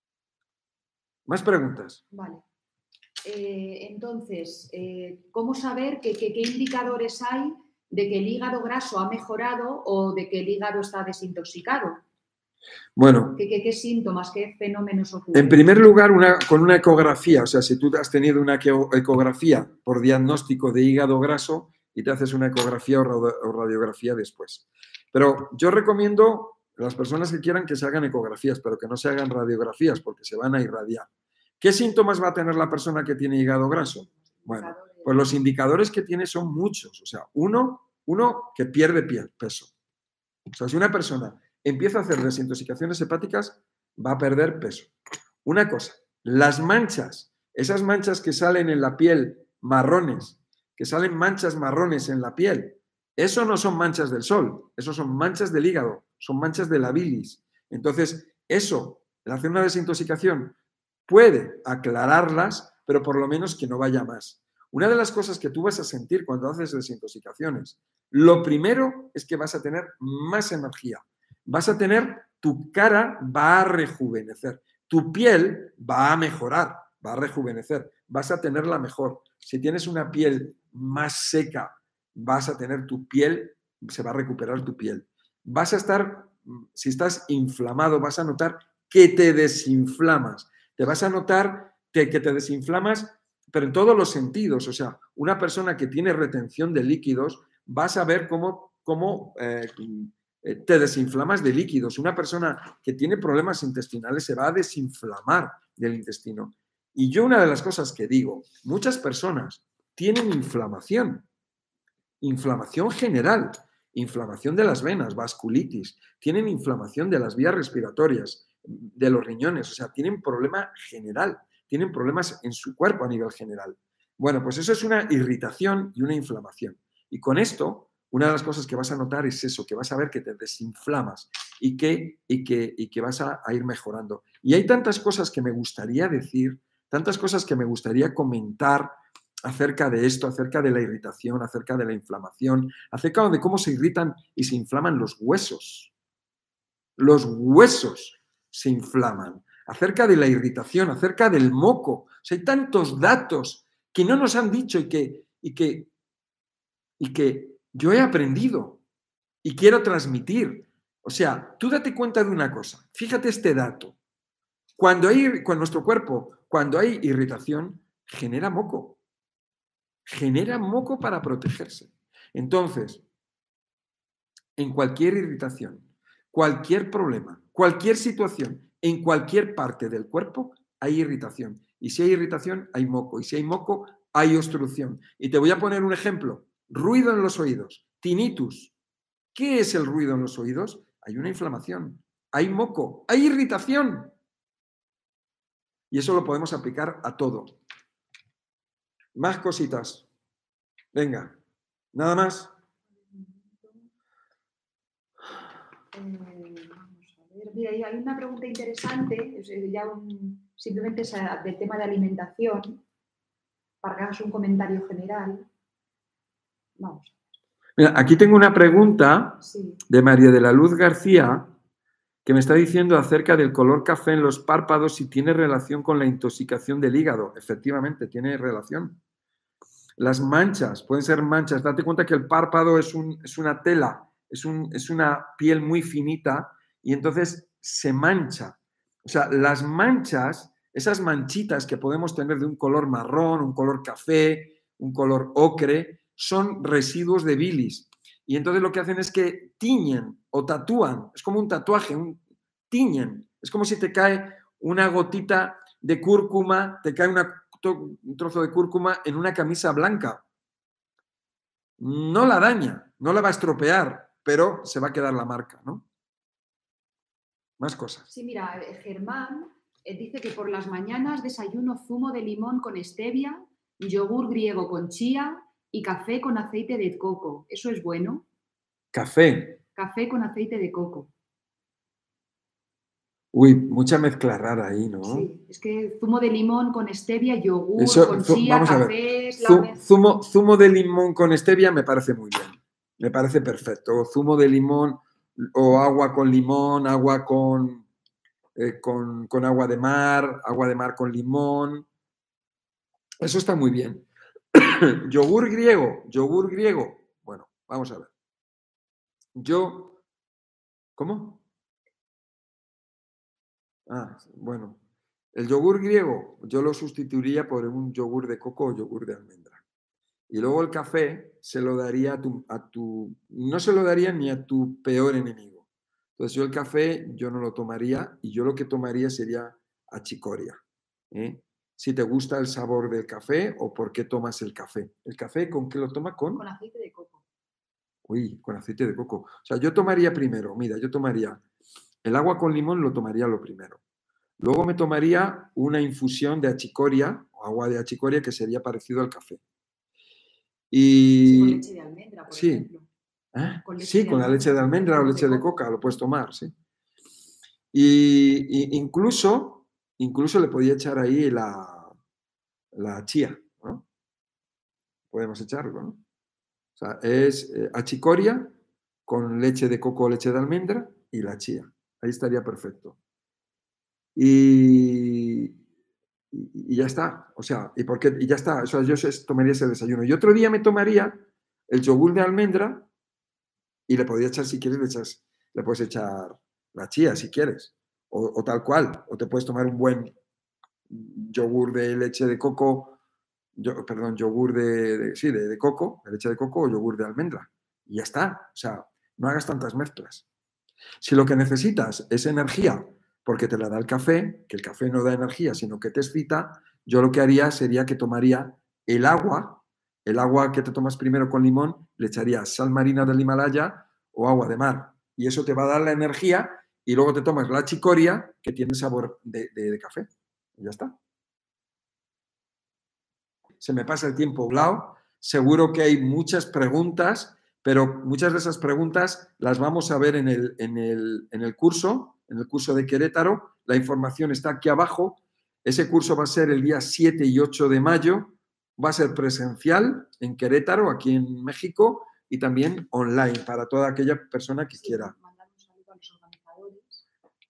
¿Más preguntas? Vale. Eh, entonces, eh, ¿cómo saber que, que, qué indicadores hay de que el hígado graso ha mejorado o de que el hígado está desintoxicado? Bueno, ¿Qué, qué, qué síntomas, qué fenómenos ocurren? En primer lugar, una, con una ecografía, o sea, si tú has tenido una ecografía por diagnóstico de hígado graso y te haces una ecografía o radiografía después. Pero yo recomiendo a las personas que quieran que se hagan ecografías, pero que no se hagan radiografías porque se van a irradiar. ¿Qué síntomas va a tener la persona que tiene hígado graso? Bueno, pues los indicadores que tiene son muchos. O sea, uno, uno que pierde peso. O sea, si una persona empieza a hacer desintoxicaciones hepáticas, va a perder peso. Una cosa, las manchas, esas manchas que salen en la piel marrones, que salen manchas marrones en la piel, eso no son manchas del sol, eso son manchas del hígado, son manchas de la bilis. Entonces, eso, el hacer una desintoxicación puede aclararlas, pero por lo menos que no vaya más. Una de las cosas que tú vas a sentir cuando haces desintoxicaciones, lo primero es que vas a tener más energía. Vas a tener, tu cara va a rejuvenecer, tu piel va a mejorar, va a rejuvenecer, vas a tenerla mejor. Si tienes una piel más seca, vas a tener tu piel, se va a recuperar tu piel. Vas a estar, si estás inflamado, vas a notar que te desinflamas. Te vas a notar que te desinflamas, pero en todos los sentidos. O sea, una persona que tiene retención de líquidos, vas a ver cómo, cómo eh, te desinflamas de líquidos. Una persona que tiene problemas intestinales se va a desinflamar del intestino. Y yo una de las cosas que digo, muchas personas tienen inflamación, inflamación general, inflamación de las venas, vasculitis, tienen inflamación de las vías respiratorias, de los riñones, o sea, tienen problema general, tienen problemas en su cuerpo a nivel general. Bueno, pues eso es una irritación y una inflamación. Y con esto, una de las cosas que vas a notar es eso, que vas a ver que te desinflamas y que, y que, y que vas a, a ir mejorando. Y hay tantas cosas que me gustaría decir, tantas cosas que me gustaría comentar acerca de esto, acerca de la irritación, acerca de la inflamación, acerca de cómo se irritan y se inflaman los huesos. Los huesos se inflaman, acerca de la irritación, acerca del moco. O sea, hay tantos datos que no nos han dicho y que, y que, y que yo he aprendido y quiero transmitir. O sea, tú date cuenta de una cosa. Fíjate este dato. Cuando hay, con nuestro cuerpo, cuando hay irritación, genera moco. Genera moco para protegerse. Entonces, en cualquier irritación, cualquier problema, cualquier situación, en cualquier parte del cuerpo hay irritación. Y si hay irritación, hay moco. Y si hay moco, hay obstrucción. Y te voy a poner un ejemplo. Ruido en los oídos, tinnitus. ¿Qué es el ruido en los oídos? Hay una inflamación, hay moco, hay irritación. Y eso lo podemos aplicar a todo. Más cositas. Venga, nada más. Eh, vamos a ver. Mira, hay una pregunta interesante, ya un, simplemente es del tema de alimentación, para que hagas un comentario general. Vamos. Mira, aquí tengo una pregunta Sí. de María de la Luz García, que me está diciendo acerca del color café en los párpados si tiene relación con la intoxicación del hígado. Efectivamente, tiene relación. Las manchas, pueden ser manchas. Date cuenta que el párpado es, un, es una tela, es, un, es una piel muy finita y entonces se mancha. O sea, las manchas, esas manchitas que podemos tener de un color marrón, un color café, un color ocre, son residuos de bilis. Y entonces lo que hacen es que tiñen o tatúan. Es como un tatuaje, un, tiñen. Es como si te cae una gotita de cúrcuma, te cae una, un trozo de cúrcuma en una camisa blanca. No la daña, no la va a estropear, pero se va a quedar la marca, ¿no? Más cosas. Sí, mira, Germán eh, dice que por las mañanas desayuno zumo de limón con stevia, yogur griego con chía y café con aceite de coco. ¿Eso es bueno? Café. Café con aceite de coco. Uy, mucha mezcla rara ahí, ¿no? Sí, es que zumo de limón con stevia, yogur, Eso, con zu, chía, vamos a ver. café... Zu, zumo, zumo de limón con stevia me parece muy bien. Me parece perfecto. O zumo de limón o agua con limón, agua con, eh, con, con agua de mar, agua de mar con limón. Eso está muy bien. Yogur griego, yogur griego. Bueno, vamos a ver. Yo, ¿cómo? Ah, bueno. El yogur griego yo lo sustituiría por un yogur de coco o yogur de almendra. Y luego el café se lo daría a tu, a tu... No se lo daría ni a tu peor enemigo. Entonces yo el café yo no lo tomaría y yo lo que tomaría sería achicoria. ¿eh? Si te gusta el sabor del café o por qué tomas el café. ¿El café con qué lo toma? Con, con aceite de coco. Uy, con aceite de coco. O sea, yo tomaría primero, mira, yo tomaría el agua con limón, lo tomaría lo primero. Luego me tomaría una infusión de achicoria o agua de achicoria que sería parecido al café. Y... Sí, con leche de almendra, por sí. ejemplo. ¿Eh? Con sí, con la leche de almendra o leche de, de coca, lo puedes tomar, sí. Y, y incluso, incluso le podía echar ahí la, la chía, ¿no? Podemos echarlo, ¿no? O sea, es eh, achicoria con leche de coco o leche de almendra y la chía. Ahí estaría perfecto. Y, y, y ya está. O sea, ¿y por qué? Y ya está. O sea, yo tomaría ese desayuno. Y otro día me tomaría el yogur de almendra y le podría echar, si quieres, le, echas, le puedes echar la chía, si quieres. O, o tal cual. O te puedes tomar un buen yogur de leche de coco, yo, perdón, yogur de, de sí, de, de coco, de leche de coco o yogur de almendra. Y ya está. O sea, no hagas tantas mezclas. Si lo que necesitas es energía, porque te la da el café, que el café no da energía, sino que te excita, yo lo que haría sería que tomaría el agua, el agua que te tomas primero con limón, le echarías sal marina del Himalaya o agua de mar. Y eso te va a dar la energía y luego te tomas la chicoria, que tiene sabor de, de, de café. Y ya está. Se me pasa el tiempo volado. Seguro que hay muchas preguntas, pero muchas de esas preguntas las vamos a ver en el, en el, en el curso, en el curso de Querétaro. La información está aquí abajo. Ese curso va a ser el día siete y ocho de mayo. Va a ser presencial en Querétaro, aquí en México, y también online para toda aquella persona que sí, quiera. Mandar un saludo a los organizadores.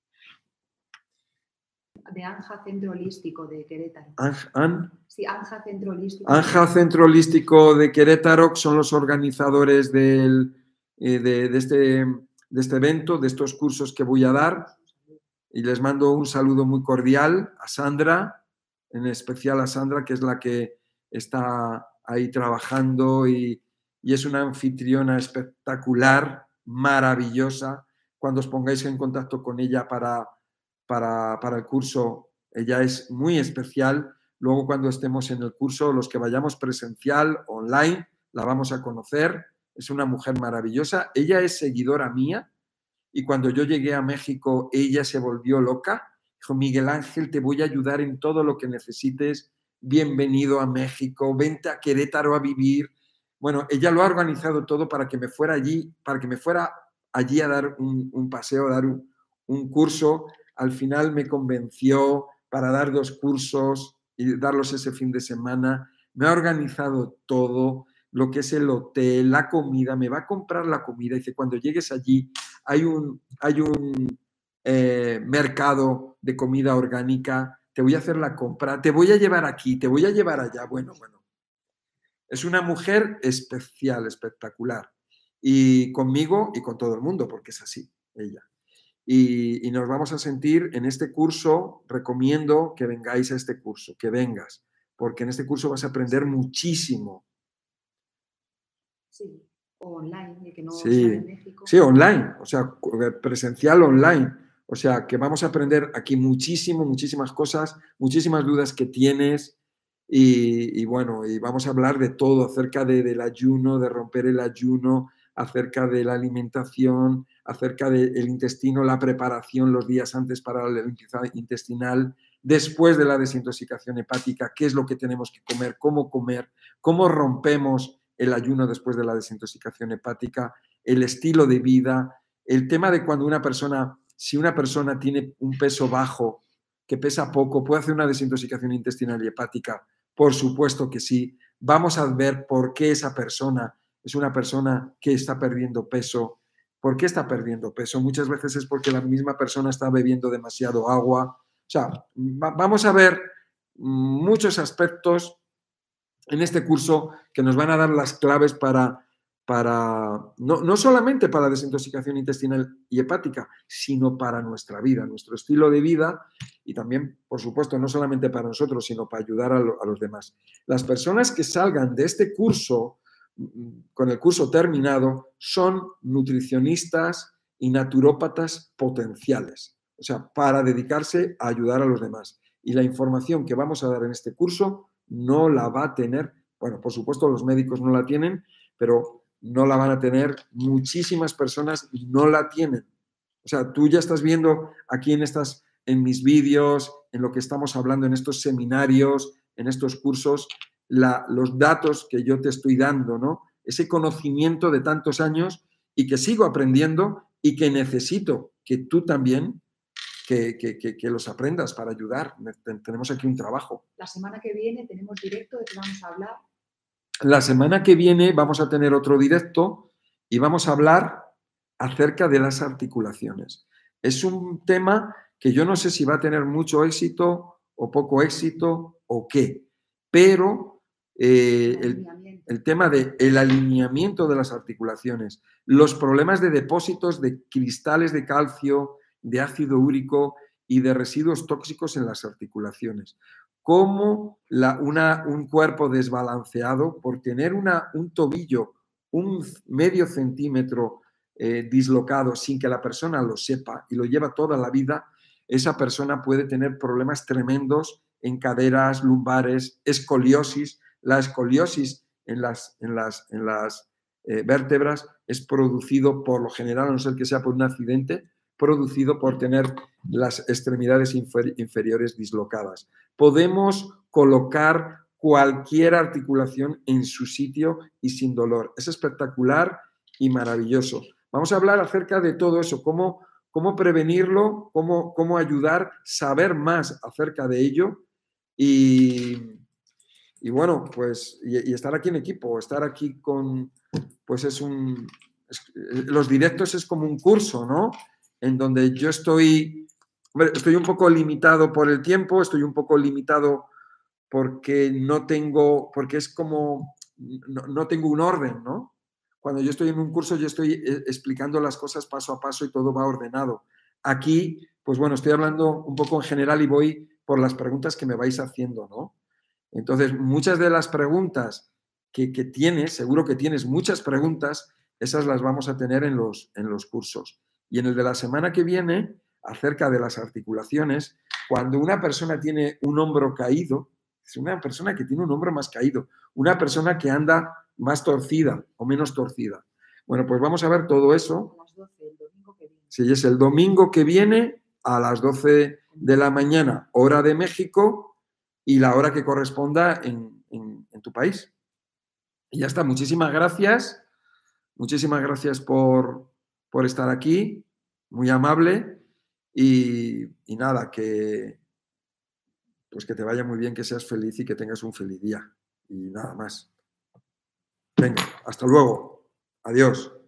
De Anja Centro Holístico de Querétaro. ¿An? Sí, Anja Centro Holístico. Anja Centro Holístico de Querétaro son los organizadores del, eh, de, de, este, de este evento, de estos cursos que voy a dar. Y les mando un saludo muy cordial a Sandra, en especial a Sandra, que es la que está ahí trabajando y, y es una anfitriona espectacular, maravillosa. Cuando os pongáis en contacto con ella para, para, para el curso, ella es muy especial. Luego, cuando estemos en el curso, los que vayamos presencial, online, la vamos a conocer. Es una mujer maravillosa. Ella es seguidora mía y cuando yo llegué a México, ella se volvió loca. Dijo, Miguel Ángel, te voy a ayudar en todo lo que necesites. Bienvenido a México, vente a Querétaro a vivir. Bueno, ella lo ha organizado todo para que me fuera allí, para que me fuera allí a dar un, un paseo, a dar un, un curso. Al final me convenció para dar dos cursos y darlos ese fin de semana. Me ha organizado todo, lo que es el hotel, la comida, me va a comprar la comida. Dice, cuando llegues allí hay un, hay un eh, mercado de comida orgánica, te voy a hacer la compra, te voy a llevar aquí, te voy a llevar allá. Bueno, bueno. Es una mujer especial, espectacular. Y conmigo y con todo el mundo, porque es así, ella. Y, y nos vamos a sentir en este curso, recomiendo que vengáis a este curso, que vengas, porque en este curso vas a aprender muchísimo. Sí, o online, y que no sí, sea de México. Sí, online, o sea, presencial online. O sea, que vamos a aprender aquí muchísimo, muchísimas cosas, muchísimas dudas que tienes. Y, y bueno, y vamos a hablar de todo, acerca de, del ayuno, de romper el ayuno, acerca de la alimentación, acerca del intestino, la preparación los días antes para la limpieza intestinal, después de la desintoxicación hepática, qué es lo que tenemos que comer, cómo comer, cómo rompemos el ayuno después de la desintoxicación hepática, el estilo de vida, el tema de cuando una persona, si una persona tiene un peso bajo, que pesa poco, puede hacer una desintoxicación intestinal y hepática. Por supuesto que sí. Vamos a ver por qué esa persona es una persona que está perdiendo peso. ¿Por qué está perdiendo peso? Muchas veces es porque la misma persona está bebiendo demasiado agua. O sea, va, vamos a ver muchos aspectos en este curso que nos van a dar las claves para, para no, no solamente para la desintoxicación intestinal y hepática, sino para nuestra vida, nuestro estilo de vida y también, por supuesto, no solamente para nosotros, sino para ayudar a, lo, a los demás. Las personas que salgan de este curso, con el curso terminado, son nutricionistas y naturópatas potenciales, o sea, para dedicarse a ayudar a los demás. Y la información que vamos a dar en este curso no la va a tener, bueno, por supuesto los médicos no la tienen, pero no la van a tener, muchísimas personas no la tienen. O sea, tú ya estás viendo aquí en, estas, en mis vídeos, en lo que estamos hablando, en estos seminarios, en estos cursos, la, los datos que yo te estoy dando, ¿no? Ese conocimiento de tantos años y que sigo aprendiendo y que necesito que tú también Que, que, que, que los aprendas para ayudar. Tenemos aquí un trabajo. La semana que viene tenemos directo de que vamos a hablar. La semana que viene vamos a tener otro directo y vamos a hablar acerca de las articulaciones. Es un tema que yo no sé si va a tener mucho éxito o poco éxito o qué, pero eh, el, el tema del alineamiento de las articulaciones, los problemas de depósitos de cristales de calcio, de ácido úrico y de residuos tóxicos en las articulaciones. Cómo la, una, un cuerpo desbalanceado, por tener una, un tobillo un medio centímetro eh, dislocado sin que la persona lo sepa y lo lleva toda la vida, esa persona puede tener problemas tremendos en caderas, lumbares, escoliosis. La escoliosis en las, en las, en las eh, vértebras es producido por lo general, a no ser que sea por un accidente, producido por tener las extremidades infer inferiores dislocadas. Podemos colocar cualquier articulación en su sitio y sin dolor. Es espectacular y maravilloso. Vamos a hablar acerca de todo eso, cómo, cómo prevenirlo, cómo, cómo ayudar, saber más acerca de ello y, y bueno, pues, y, y estar aquí en equipo, estar aquí con, pues es un, es, los directos es como un curso, ¿no? En donde yo estoy, estoy un poco limitado por el tiempo, estoy un poco limitado porque no tengo, porque es como, no, no tengo un orden, ¿no? Cuando yo estoy en un curso, yo estoy explicando las cosas paso a paso y todo va ordenado. Aquí, pues bueno, estoy hablando un poco en general y voy por las preguntas que me vais haciendo, ¿no? Entonces, muchas de las preguntas que, que tienes, seguro que tienes muchas preguntas esas las vamos a tener en los, en los cursos. Y en el de la semana que viene, acerca de las articulaciones, cuando una persona tiene un hombro caído, es una persona que tiene un hombro más caído, una persona que anda más torcida o menos torcida. Bueno, pues vamos a ver todo eso. A las doce, el domingo que viene. Sí, es el domingo que viene a las doce de la mañana, hora de México, y la hora que corresponda en, en, en tu país. Y ya está. Muchísimas gracias. Muchísimas gracias por, por estar aquí. Muy amable. Y, y nada, que, pues que te vaya muy bien, que seas feliz y que tengas un feliz día. Y nada más. Venga, hasta luego. Adiós.